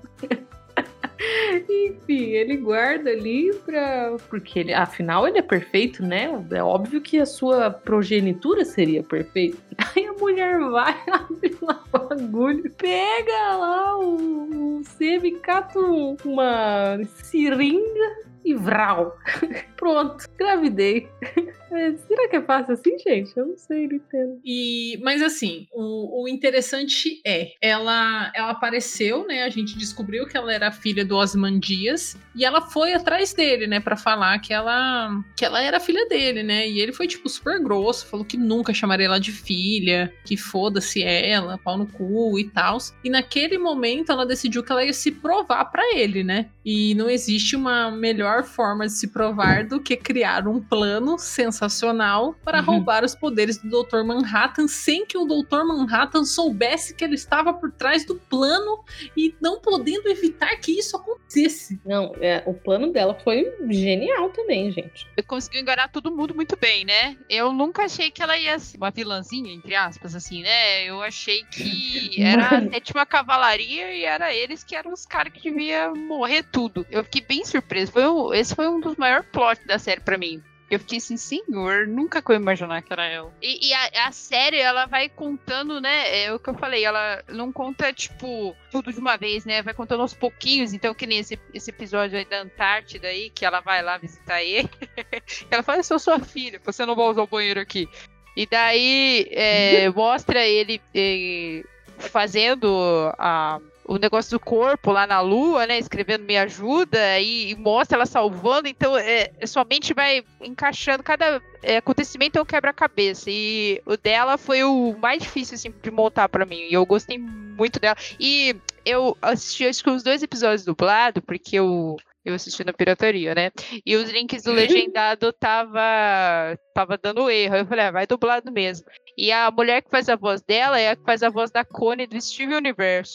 Enfim, ele guarda ali pra... Porque ele, afinal, ele é perfeito, né? É óbvio que a sua progenitura seria perfeita. Aí a mulher vai, abre lá o bagulho, pega lá o, o sêmen, cata um- uma seringa e vral. Pronto, gravidei. É, será que é fácil assim, gente? Eu não sei, não entendo. E, mas assim, o, o interessante é, ela, ela apareceu, né? A gente descobriu que ela era filha do Ozymandias e ela foi atrás dele, né? Pra falar que ela, que ela era filha dele, né? E ele foi, tipo, super grosso, falou que nunca chamaria ela de filha, que foda-se ela, pau no cu e tal. E naquele momento ela decidiu que ela ia se provar pra ele, né? E não existe uma melhor forma de se provar do que criar um plano sensacional para Uhum. roubar os poderes do doutor Manhattan sem que o doutor Manhattan soubesse que ele estava por trás do plano e não podendo evitar que isso acontecesse. Não, é, o plano dela foi genial também, gente. Conseguiu enganar todo mundo muito bem, né? Eu nunca achei que ela ia ser uma vilãzinha, entre aspas, assim, né? Eu achei que era a Mano. sétima cavalaria e era eles que eram os caras que deviam morrer tudo. Eu fiquei bem surpreso. Foi um- esse foi um dos maiores plots da série pra mim. Eu fiquei assim, senhor, nunca que eu ia imaginar que era ela. E, e a, a série, ela vai contando, né? É o que eu falei, ela não conta, tipo, tudo de uma vez, né? Vai contando aos pouquinhos. Então, que nem esse, esse episódio aí da Antártida aí, que ela vai lá visitar ele. Ela fala, eu sou sua filha, você não vai usar o banheiro aqui. E daí, é, mostra ele é, fazendo a... o negócio do corpo lá na lua, né, escrevendo me ajuda e, e mostra ela salvando, então é, sua mente vai encaixando, cada é, acontecimento é um quebra-cabeça, e o dela foi o mais difícil, assim, de montar pra mim, e eu gostei muito dela, e eu assisti, acho que os dois episódios dublados, porque eu eu assisti na pirataria, né? E os links do legendado tava, tava dando erro. Eu falei, ah, vai dublado mesmo. E a mulher que faz a voz dela é a que faz a voz da Connie do Steven Universo.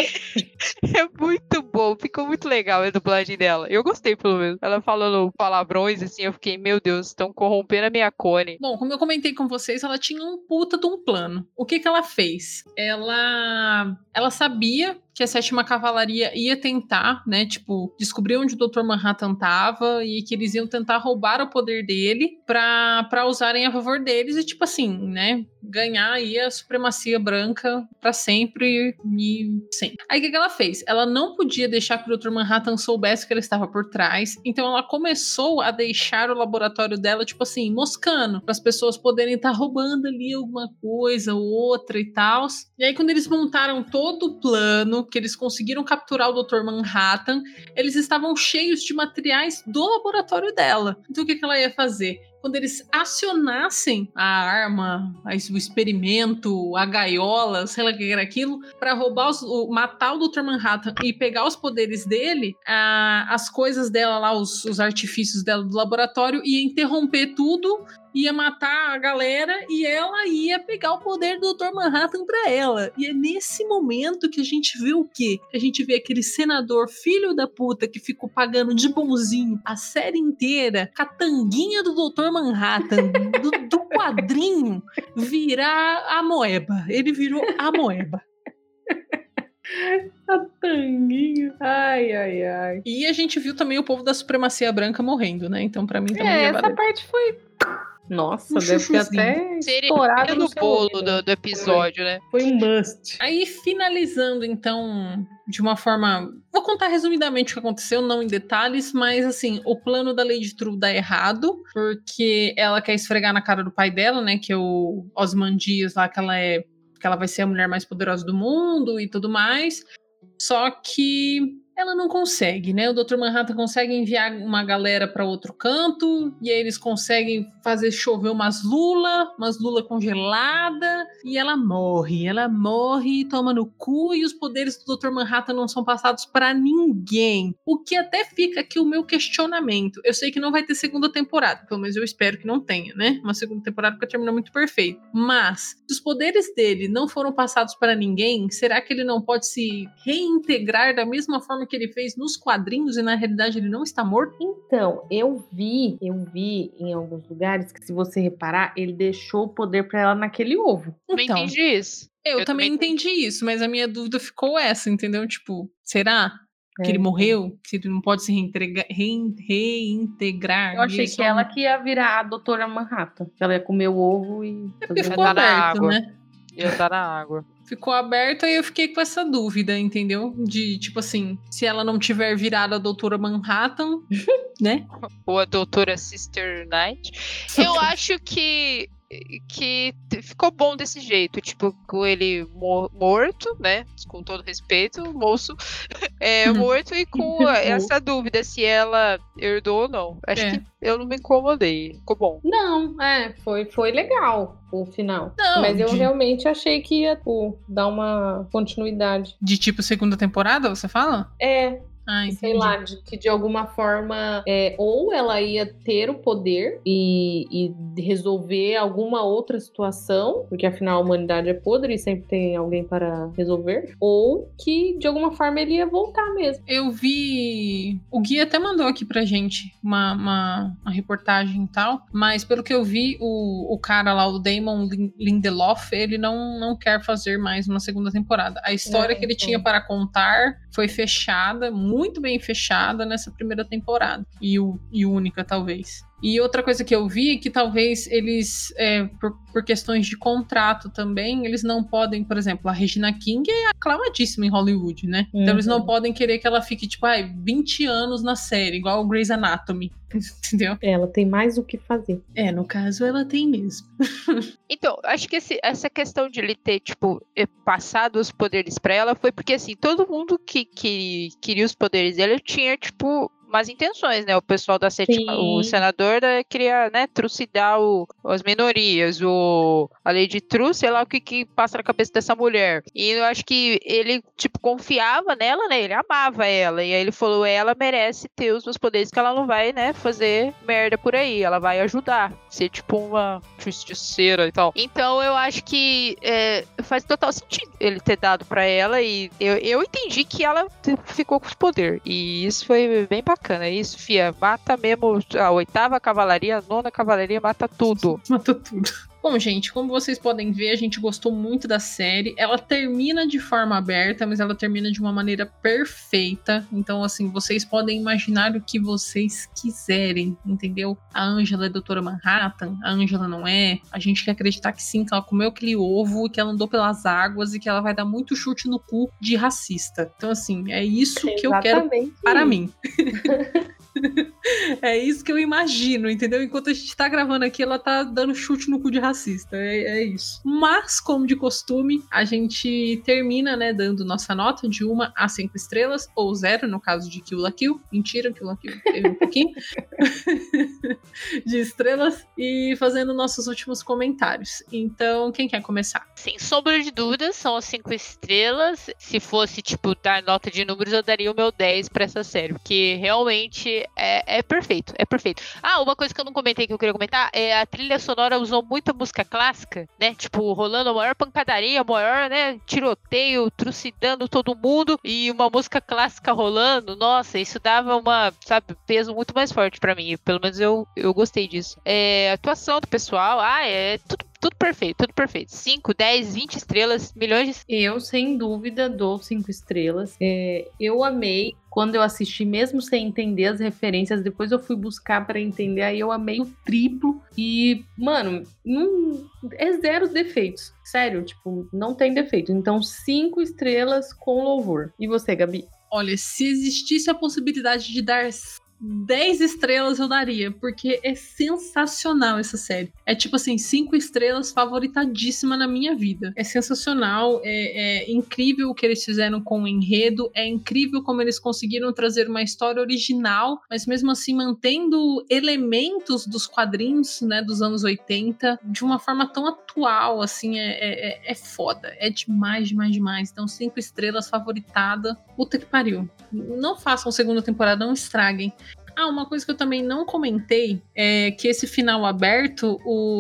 É muito bom, ficou muito legal a dublagem dela. Eu gostei, pelo menos. Ela falando palavrões, assim, eu fiquei, meu Deus, estão corrompendo a minha Connie. Bom, como eu comentei com vocês, ela tinha um puta de um plano. O que que ela fez? Ela, ela sabia que a sétima cavalaria ia tentar, né, tipo, descobrir onde o doutor Manhattan tava e que eles iam tentar roubar o poder dele pra, pra usarem a favor deles e, tipo assim, né, ganhar aí a supremacia branca pra sempre e sempre. Aí o que que ela fez? Ela não podia deixar que o doutor Manhattan soubesse que ele estava por trás, então ela começou a deixar o laboratório dela, tipo assim, moscando, para as pessoas poderem estar roubando ali alguma coisa ou outra e tal. E aí quando eles montaram todo o plano, que eles conseguiram capturar o doutor Manhattan, eles estavam cheios de materiais do laboratório dela. Então o que que ela ia fazer? Quando eles acionassem a arma, o experimento, a gaiola, sei lá o que era aquilo, para roubar, os, o, matar o doutor Manhattan e pegar os poderes dele, a, as coisas dela lá, os, os artifícios dela do laboratório, ia interromper tudo, ia matar a galera e ela ia pegar o poder do doutor Manhattan pra ela. E é nesse momento que a gente vê o quê? Que a gente vê aquele senador filho da puta que ficou pagando de bonzinho a série inteira, com a tanguinha do doutor Manhattan, do, do quadrinho, virar a moeba. Ele virou a moeba. A tanguinha. Ai, ai, ai. E a gente viu também o povo da supremacia branca morrendo, né? Então pra mim também É, já essa valeu. parte foi... Nossa, Um deve ter chuchuzinho. até Seria estourado no no seu bolo ouvido. do, do episódio, né? Foi um must. Aí, finalizando, então, de uma forma... Vou contar resumidamente o que aconteceu, não em detalhes, mas, assim, o plano da Lady True dá errado, porque ela quer esfregar na cara do pai dela, né, que é o Ozymandias lá, que ela é... que ela vai ser a mulher mais poderosa do mundo e tudo mais. Só que ela não consegue, né? O doutor Manhattan consegue enviar uma galera pra outro canto, e aí eles conseguem fazer chover umas lula, umas lula congelada, e ela morre. Ela morre, toma no cu, e os poderes do doutor Manhattan não são passados pra ninguém. O que até fica aqui o meu questionamento. Eu sei que não vai ter segunda temporada, pelo menos eu espero que não tenha, né? Uma segunda temporada porque termina muito perfeito. Mas, se os poderes dele não foram passados para ninguém, será que ele não pode se reintegrar da mesma forma que ele fez nos quadrinhos e na realidade ele não está morto? Então, eu vi, eu vi em alguns lugares que, se você reparar, ele deixou o poder pra ela naquele ovo. Não Então, entendi isso. eu, Eu também também entendi isso, mas a minha dúvida ficou essa, entendeu? Tipo, será que É, ele morreu? Que ele não pode se reintegra- rein- reintegrar? Eu achei E que só- ela que ia virar a doutora Manhattan. Que ela ia comer o ovo e... É porque fazer ficou um- Tá na aberto, água. né? Eu tá na água. Ficou aberto e eu fiquei com essa dúvida, entendeu? De, tipo assim, se ela não tiver virado a doutora Manhattan, né? Ou a doutora Sister Knight. Eu acho que que t- ficou bom desse jeito, tipo, com ele mo- morto, né, com todo respeito, moço, é, Uhum. morto, e com essa dúvida se ela herdou ou não. Acho É. que eu não me incomodei, ficou bom. Não, é, foi, foi legal o final. Não, Mas eu de- realmente achei que ia pô, dar uma continuidade. De tipo segunda temporada, você fala? É, Ah, entendi. sei lá, de, que de alguma forma, é, ou ela ia ter o poder e, e resolver alguma outra situação, porque afinal a humanidade é podre e sempre tem alguém para resolver, ou que de alguma forma ele ia voltar mesmo. Eu vi. O Gui até mandou aqui pra gente uma, uma, uma reportagem e tal, mas pelo que eu vi, o, o cara lá, o Damon Lin- Lindelof, ele não, não quer fazer mais uma segunda temporada. A história É, que ele então. tinha para contar foi fechada, muito bem fechada nessa primeira temporada. E, o, e única, talvez. E outra coisa que eu vi é que talvez eles, é, por, por questões de contrato também, eles não podem, por exemplo, a Regina King é aclamadíssima em Hollywood, né? Então Uhum. eles não podem querer que ela fique, tipo, ai, vinte anos na série, igual o Grey's Anatomy, entendeu? Ela tem mais o que fazer. É, no caso ela tem mesmo. Então, acho que esse- essa questão de ele ter, tipo, eh, passado os poderes pra ela foi porque, assim, todo mundo que, que queria os poderes dele tinha, tipo, más intenções, né? O pessoal da sétima, o Sim. senador né, queria, né, trucidar o, as minorias, o, a lei de Truss, sei lá o que, que passa na cabeça dessa mulher. E eu acho que ele, tipo, confiava nela, né? Ele amava ela. E aí ele falou, ela merece ter os meus poderes, que ela não vai, né, fazer merda por aí. Ela vai ajudar. Ser, tipo, uma justiceira e tal. Então eu acho que é, faz total sentido ele ter dado pra ela. E eu, eu entendi que ela ficou com os poderes. E isso foi bem bacana. Isso, fia, mata mesmo a oitava cavalaria, a nona cavalaria, mata tudo. Matou tudo. Bom, gente, como vocês podem ver, a gente gostou muito da série. Ela termina de forma aberta, mas ela termina de uma maneira perfeita. Então, assim, vocês podem imaginar o que vocês quiserem, entendeu? A Angela é doutora Manhattan, a Angela não é. A gente quer acreditar que sim, que ela comeu aquele ovo, que ela andou pelas águas e que ela vai dar muito chute no cu de racista. Então, assim, é isso que eu quero Exatamente para isso. mim. É isso que eu imagino, entendeu? Enquanto a gente tá gravando aqui, ela tá dando chute no cu de racista. É, é isso. Mas, como de costume, a gente termina, né, dando nossa nota de uma a cinco estrelas, ou zero, no caso de Kill la Kill. Mentira, Kill la Kill teve um pouquinho de estrelas. E fazendo nossos últimos comentários. Então, quem quer começar? Sem sombra de dúvidas, são as cinco estrelas. Se fosse, tipo, dar nota de números, eu daria o meu dez pra essa série. Porque realmente é, é perfeito, é perfeito. Ah, uma coisa que eu não comentei que eu queria comentar é a trilha sonora usou muita música clássica, né? Tipo, rolando a maior pancadaria, a maior, né? Tiroteio, trucidando todo mundo e uma música clássica rolando. Nossa, isso dava uma, sabe, peso muito mais forte pra mim. Pelo menos eu, eu gostei disso. É, a atuação do pessoal, ah, é tudo. Tudo perfeito, tudo perfeito. cinco, dez, vinte estrelas, milhões de... Eu, sem dúvida, dou cinco estrelas. É, eu amei quando eu assisti, mesmo sem entender as referências. Depois eu fui buscar pra entender, aí eu amei o triplo. E, mano, não, é zero defeitos. Sério, tipo, não tem defeito. Então, cinco estrelas com louvor. E você, Gabi? Olha, se existisse a possibilidade de dar dez estrelas eu daria, porque é sensacional essa série. É tipo assim, cinco estrelas, favoritadíssima na minha vida. É sensacional, é, é incrível o que eles fizeram com o enredo, é incrível como eles conseguiram trazer uma história original, mas mesmo assim mantendo elementos dos quadrinhos, né, dos anos oitenta, de uma forma tão atual, assim, é, é, é foda. É demais, demais, demais. Então, cinco estrelas, favoritada. Puta que pariu. Não façam segunda temporada, não estraguem. Ah, uma coisa que eu também não comentei é que esse final aberto,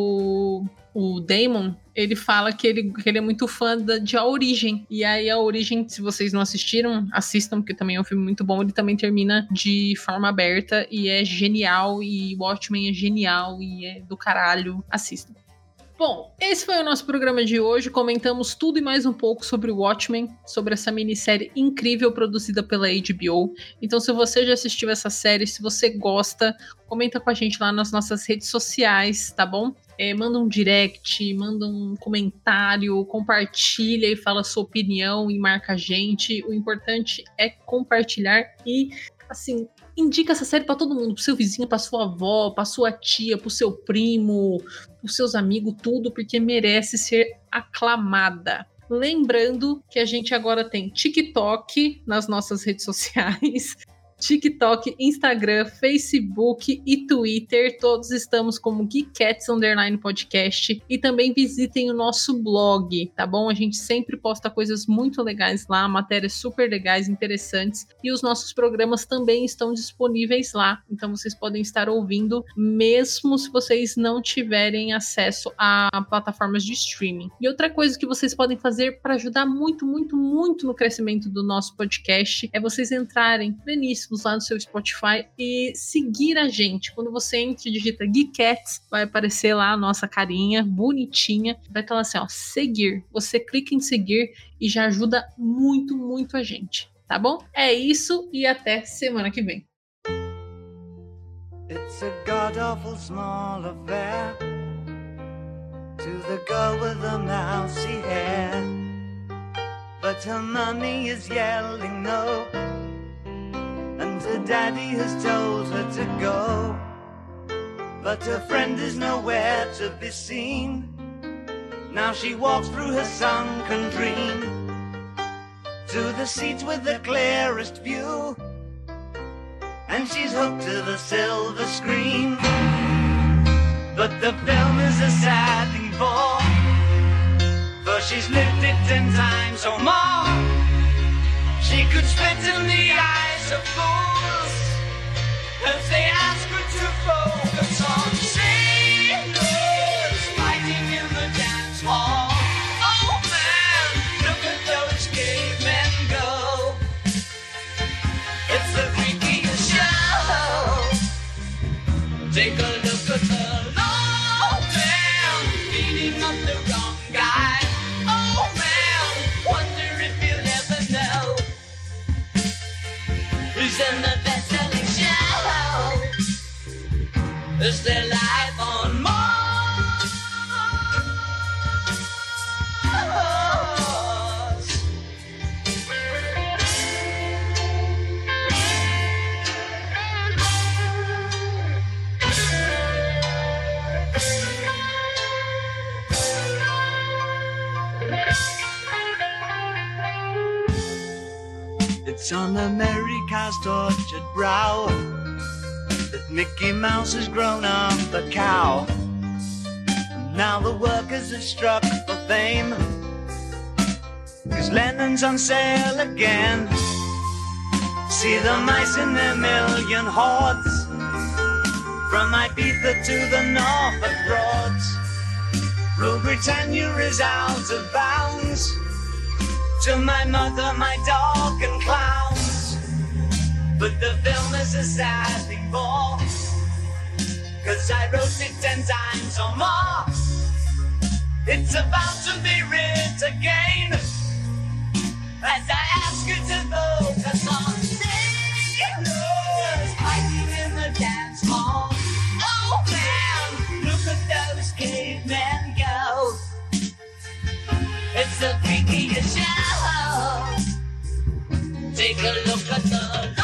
o, o Damon, ele fala que ele, que ele é muito fã da, de A Origem. E aí A Origem, se vocês não assistiram, assistam, porque também é um filme muito bom. Ele também termina de forma aberta e é genial. E Watchmen é genial e é do caralho. Assistam. Bom, esse foi o nosso programa de hoje. Comentamos tudo e mais um pouco sobre o Watchmen, sobre essa minissérie incrível produzida pela H B O. Então, se você já assistiu essa série, se você gosta, comenta com a gente lá nas nossas redes sociais, tá bom? É, manda um direct, manda um comentário, compartilha e fala a sua opinião e marca a gente. O importante é compartilhar e, assim, indica essa série pra todo mundo, pro seu vizinho, pra sua avó, pra sua tia, pro seu primo, pros seus amigos, tudo, porque merece ser aclamada. Lembrando que a gente agora tem TikTok nas nossas redes sociais, TikTok, Instagram, Facebook e Twitter. Todos estamos como Geekettes Underline Podcast. E também visitem o nosso blog, tá bom? A gente sempre posta coisas muito legais lá, matérias super legais, interessantes. E os nossos programas também estão disponíveis lá. Então vocês podem estar ouvindo, mesmo se vocês não tiverem acesso a plataformas de streaming. E outra coisa que vocês podem fazer para ajudar muito, muito, muito no crescimento do nosso podcast é vocês entrarem nisso lá no seu Spotify e seguir a gente. Quando você entra e digita Geekettes, vai aparecer lá a nossa carinha bonitinha, vai estar lá assim, ó, seguir. Você clica em seguir e já ajuda muito, muito a gente, tá bom? É isso e até semana que vem. It's a god-awful small affair to the girl with the mousy hair, but her mommy is yelling no, and her daddy has told her to go, but her friend is nowhere to be seen. Now she walks through her sunken dream to the seat with the clearest view, and she's hooked to the silver screen. But the film is a sad thing for, for she's lived it ten times or more. She could spit in the eyes of fools if they ask her to focus on sailors fighting in the dance hall. Oh man, look at those cavemen go. It's the freakiest show. Take a look at the long man beating up the wrong guy. Oh man, wonder if you'll ever know who's in the best-selling show. Is their life on Mars? It's on America's tortured brow that Mickey Mouse has grown up a cow. And now the workers have struck for fame, 'cause Lennon's on sale again. See the mice in their million hordes, from Ibiza to the Norfolk Broads. Rule Britannia is out of bounds, to my mother, my dog and clowns. But the film is a sad thing for, 'cause I wrote it ten times or more. It's about to be writ again, as I ask you to focus on sailors fighting in the dance hall. Oh man, look at those cavemen go. It's the freakiest show. Take a look at the